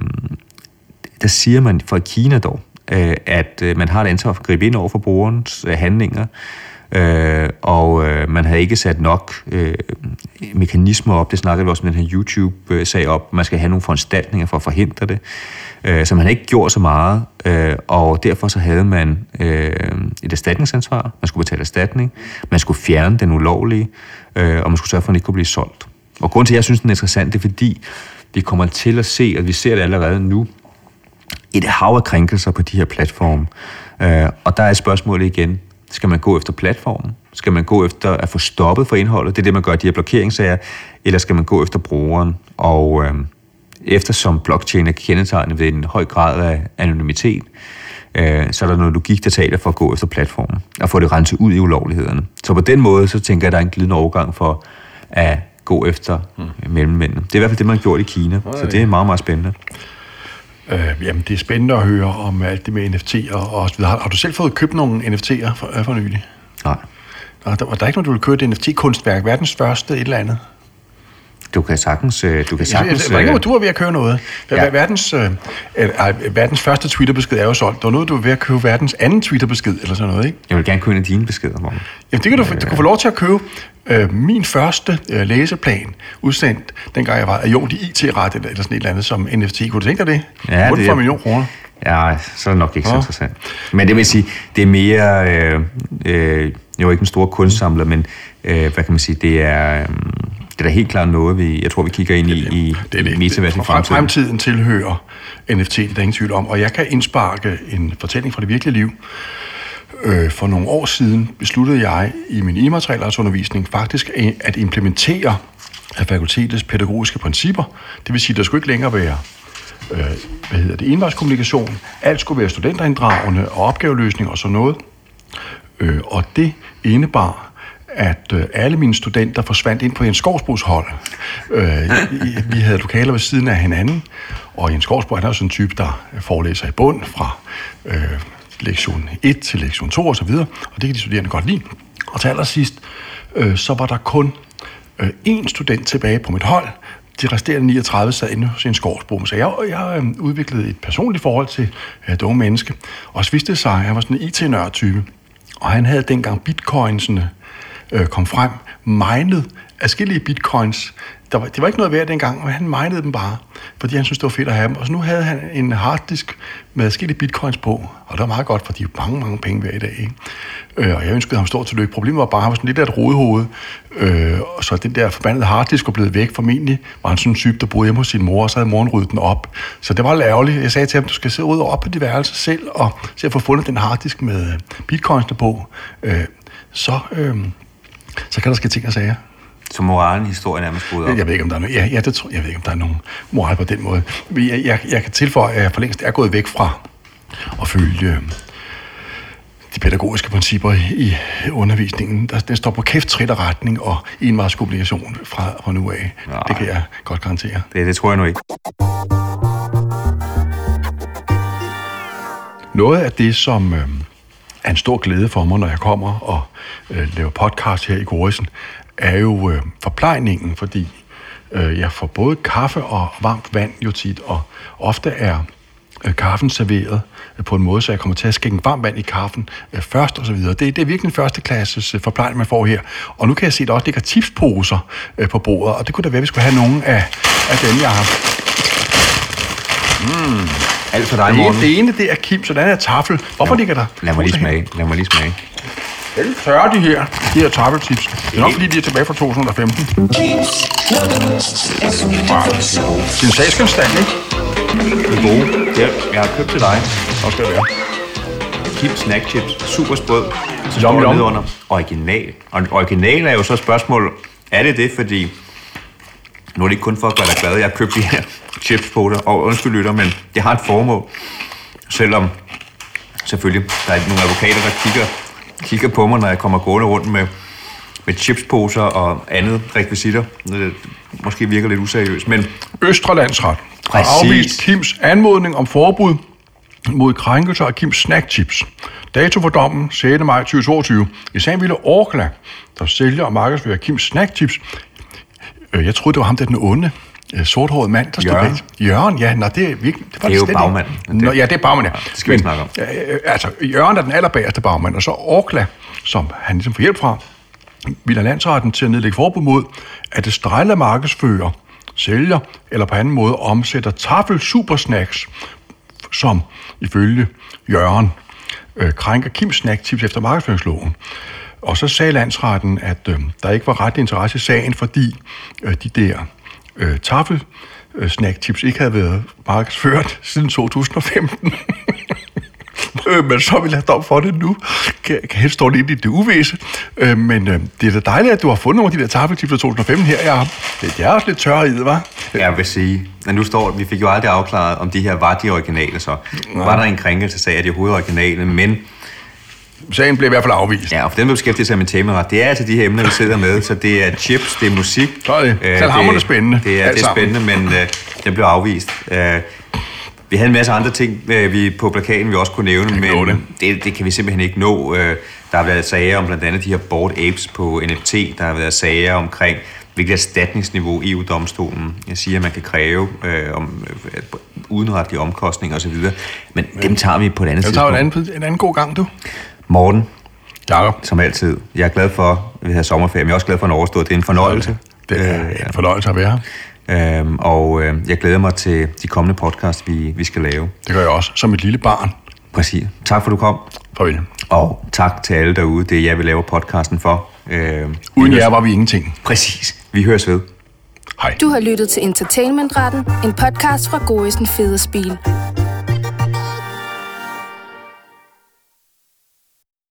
der siger man fra Kina dog, øh, at øh, man har et ansvar for at gribe ind over for brugerens øh, handlinger, øh, og øh, man havde ikke sat nok øh, mekanismer op. Det snakkede vi også med den her YouTube-sag op. Man skal have nogle foranstaltninger for at forhindre det. Øh, så man havde ikke gjort så meget, øh, og derfor så havde man øh, et erstatningsansvar. Man skulle betale erstatning. Man skulle fjerne den ulovlige, øh, og man skulle sørge for, at den ikke kunne blive solgt. Og grunden til, at jeg synes, den er interessant, det er fordi, vi kommer til at se, og vi ser det allerede nu, et hav af krænkelser på de her platforme. Øh, og der er spørgsmålet igen, skal man gå efter platformen? Skal man gå efter at få stoppet for indholdet? Det er det, man gør de her blokeringssager. Eller skal man gå efter brugeren? Og øh, eftersom blockchain er kendetegnet ved en høj grad af anonymitet, øh, så er der noget logik, der taler for at gå efter platformen og få det renset ud i ulovlighederne. Så på den måde, så tænker jeg, at der er en glidende overgang for at gå efter hmm. mellemmændene. Det er i hvert fald det, man har gjort i Kina, okay. Så det er meget, meget spændende. Øh, jamen, det er spændende at høre om alt det med N F T'er og så videre. Har, har du selv fået købt nogle N F T'er for, for nylig? Nej. Der, der, der er ikke noget, du vil købe et N F T-kunstværk, verdens første et eller andet? Du kan sagtens... Du kan sagtens jeg, jeg, jeg, du var ved at købe noget. Ja. Verdens, øh, øh, verdens første Twitter-besked er jo solgt. Der var noget, du var ved at købe verdens anden Twitter-besked, eller sådan noget, ikke? Jeg vil gerne købe en af dine beskeder, Morten. Jamen, det kan du, du kan få lov til at købe. Øh, min første øh, læseplan, udsendt, dengang jeg var adjunkt i I T-ret, eller, eller sådan et eller andet, som N F T. Kunne du tænke dig det? Ja, det er... en million kroner. Ja, så er det nok ikke så interessant. Men det vil sige, det er mere... Øh, øh, jeg er jo ikke en stor kunstsamler, men øh, hvad kan man sige, det er... Øh, Det er da helt klart noget, vi, jeg tror, vi kigger ind i, i metaversen i fremtiden. Fremtiden tilhører N F T, det er der ingen tvivl om. Og jeg kan indsparke en fortælling fra det virkelige liv. Øh, for nogle år siden besluttede jeg i min immaterialretsundervisning faktisk at implementere af fakultetets pædagogiske principper. Det vil sige, at der skulle ikke længere være øh, hvad hedder det, envejskommunikation. Alt skulle være studenterinddragende og opgaveløsning og sådan noget. Øh, og det indebar, at øh, alle mine studenter forsvandt ind på Jens Skovsbos hold. Øh, vi havde lokaler ved siden af hinanden, og Jens Skovsbo, han er sådan en type, der forelæser i bund fra øh, lektion et til lektion to og så videre, og det kan de studerende godt lide. Og til allersidst, øh, så var der kun øh, én student tilbage på mit hold, de resterende niogtredive sad inde hos en skovsbom. Så jeg, jeg øh, udviklede et personligt forhold til øh, det unge menneske. Og så viste det sig, at han var sådan en I T-nørd-type. Og han havde dengang bitcoinsene øh, kom frem, minet adskillige bitcoins. Der var, det var ikke noget værd dengang, men han minede dem bare, fordi han syntes, det var fedt at have dem. Og så nu havde han en harddisk med adskillige bitcoins på, og det var meget godt, for de er jo mange, mange penge værd i dag. Ikke? Øh, og jeg ønskede ham stor tillykke. Problemet var bare, at han var sådan lidt af et rodehoved, øh, og så den der forbandede harddisk var blevet væk. Formentlig var han sådan en type, der boede hjemme hos sin mor, og så havde moren ryddet den op. Så det var lidt ærgerligt. Jeg sagde til ham, du skal sidde ud og op på dit værelse selv, og se at få fundet den harddisk med bitcoinsene på. Øh, så, øh, så kan der ske ting og sager. Så moralen i historien er nærmest brudt op? Jeg ved ikke, om der er nogen, ja, ja, det tror, jeg ved ikke, om der er nogen moral på den måde. Jeg, jeg, jeg kan tilføje, at jeg for længst er gået væk fra at følge øh, de pædagogiske principper i, i undervisningen. Der, den står på kæft, trit og retning og envejskommunikation fra, fra nu af. Nej, det kan jeg godt garantere. Det, det tror jeg nu ikke. Noget af det, som øh, er en stor glæde for mig, når jeg kommer og øh, laver podcast her i Gorrissen, er jo øh, forplejningen, fordi øh, jeg får både kaffe og varmt vand jo tit, og ofte er øh, kaffen serveret øh, på en måde, så jeg kommer til at skænke varmt vand i kaffen øh, først og så videre. Det, det er virkelig en førsteklasses øh, forplejning, man får her. Og nu kan jeg se, at der også ligger tipsposer øh, på bordet, og det kunne da være, at vi skulle have nogle af, af dem, jeg har. Mm, alt for dig, det, Morten. det ene, det er Kim, så den er taffel. Hvorfor ja, ligger der? Lad mig lige smage. Lad mig lige smage. Jeg vil tørre de her, de her taffeltips. Det er nok, fordi de er tilbage fra to tusind og femten. Sin sagsgenstand, ikke? Det er gode. Det er, jeg har købt til dig. Så skal det være. Kim Snack Chips. Super sprød. Så Lom, står lom. under. Original. Og original er jo så spørgsmål. Er det det, fordi... Nu er det ikke kun for at gøre dig glad. Jeg har købt de her chips på det. Og undskyld lytter, men det har et formål. Selvom selvfølgelig der er nogle advokater, der kigger... kigger på mig, når jeg kommer gående rundt med, med chipsposer og andet rekvisitter. Det måske virker lidt useriøst, men... Østre Landsret har afvist Kims anmodning om forbud mod krænkelser af Kims snackchips. Dato for dommen sjette maj to tusind og toogtyve. I sagen ville Orkla, der sælger og markedsfører Kims snackchips. Jeg troede, det var ham, der den onde, sorthårede mand, der stod bag. Jørgen, ja, nå, det er virkelig... Det, var det er jo bagmanden. Nå, ja, det er bagmanden, ja. Det skal vi snakke om. Øh, altså, Jørgen er den allerbagerste bagmand, og så Orkla, som han ligesom får hjælp fra, vil have landsretten til at nedlægge forbud mod, at det strejler markedsfører, sælger eller på anden måde omsætter taffel supersnacks, som ifølge Jørgen øh, krænker Kims snacktips efter markedsføringsloven. Og så sagde landsretten, at øh, der ikke var ret interesse i sagen, fordi øh, de der øh, taffel øh, snacktips ikke havde været markedsført siden to tusind og femten. øh, men så vil jeg have dom for det nu. Kan, kan helst stå lidt i det uvisse. Øh, men øh, det er da dejligt, at du har fundet nogle af de der taffeltips fra to tusind og femten her. Jeg, jeg er også lidt tør i det, hva'? Jeg vil sige, at nu står, vi fik jo aldrig afklaret, om de her var de originale så. Nej. Var der en krænkelse, sagde, at de er hovedoriginale, men... Sagen blev i hvert fald afvist. Ja, og for dem, der beskæftiger sig med temaret, det er altså de her emner, vi sidder med, så det er chips, det er musik. Så er det. Så hammer det spændende. Det er, det er spændende, men øh, den blev afvist. Øh, vi havde en masse andre ting, øh, vi på plakaten vi også kunne nævne, men det. Det, det kan vi simpelthen ikke nå. Øh, der har været sager om blandt andet de her Bored Apes på N F T, der har været sager omkring, hvilket erstatningsniveau E U-domstolen jeg siger, at man kan kræve øh, om øh, udenretlige omkostninger osv. Men, men dem tager vi på et andet tidspunkt. Dem tager vi en, en anden god gang, du. Morten, Jakob. Som altid. Jeg er glad for, at vi har sommerferie, men jeg er også glad for en overstået. Det er en fornøjelse. Det er en fornøjelse at være her. Øhm, og øh, jeg glæder mig til de kommende podcasts, vi, vi skal lave. Det gør jeg også, som et lille barn. Præcis. Tak for, du kom. Farvel. Og tak til alle derude. Det er jer, vi laver podcasten for. Øh, Uden jer var vi ingenting. Præcis. Vi høres ved. Hej. Du har lyttet til Entertainmentretten, en podcast fra Gorrissen Federspil.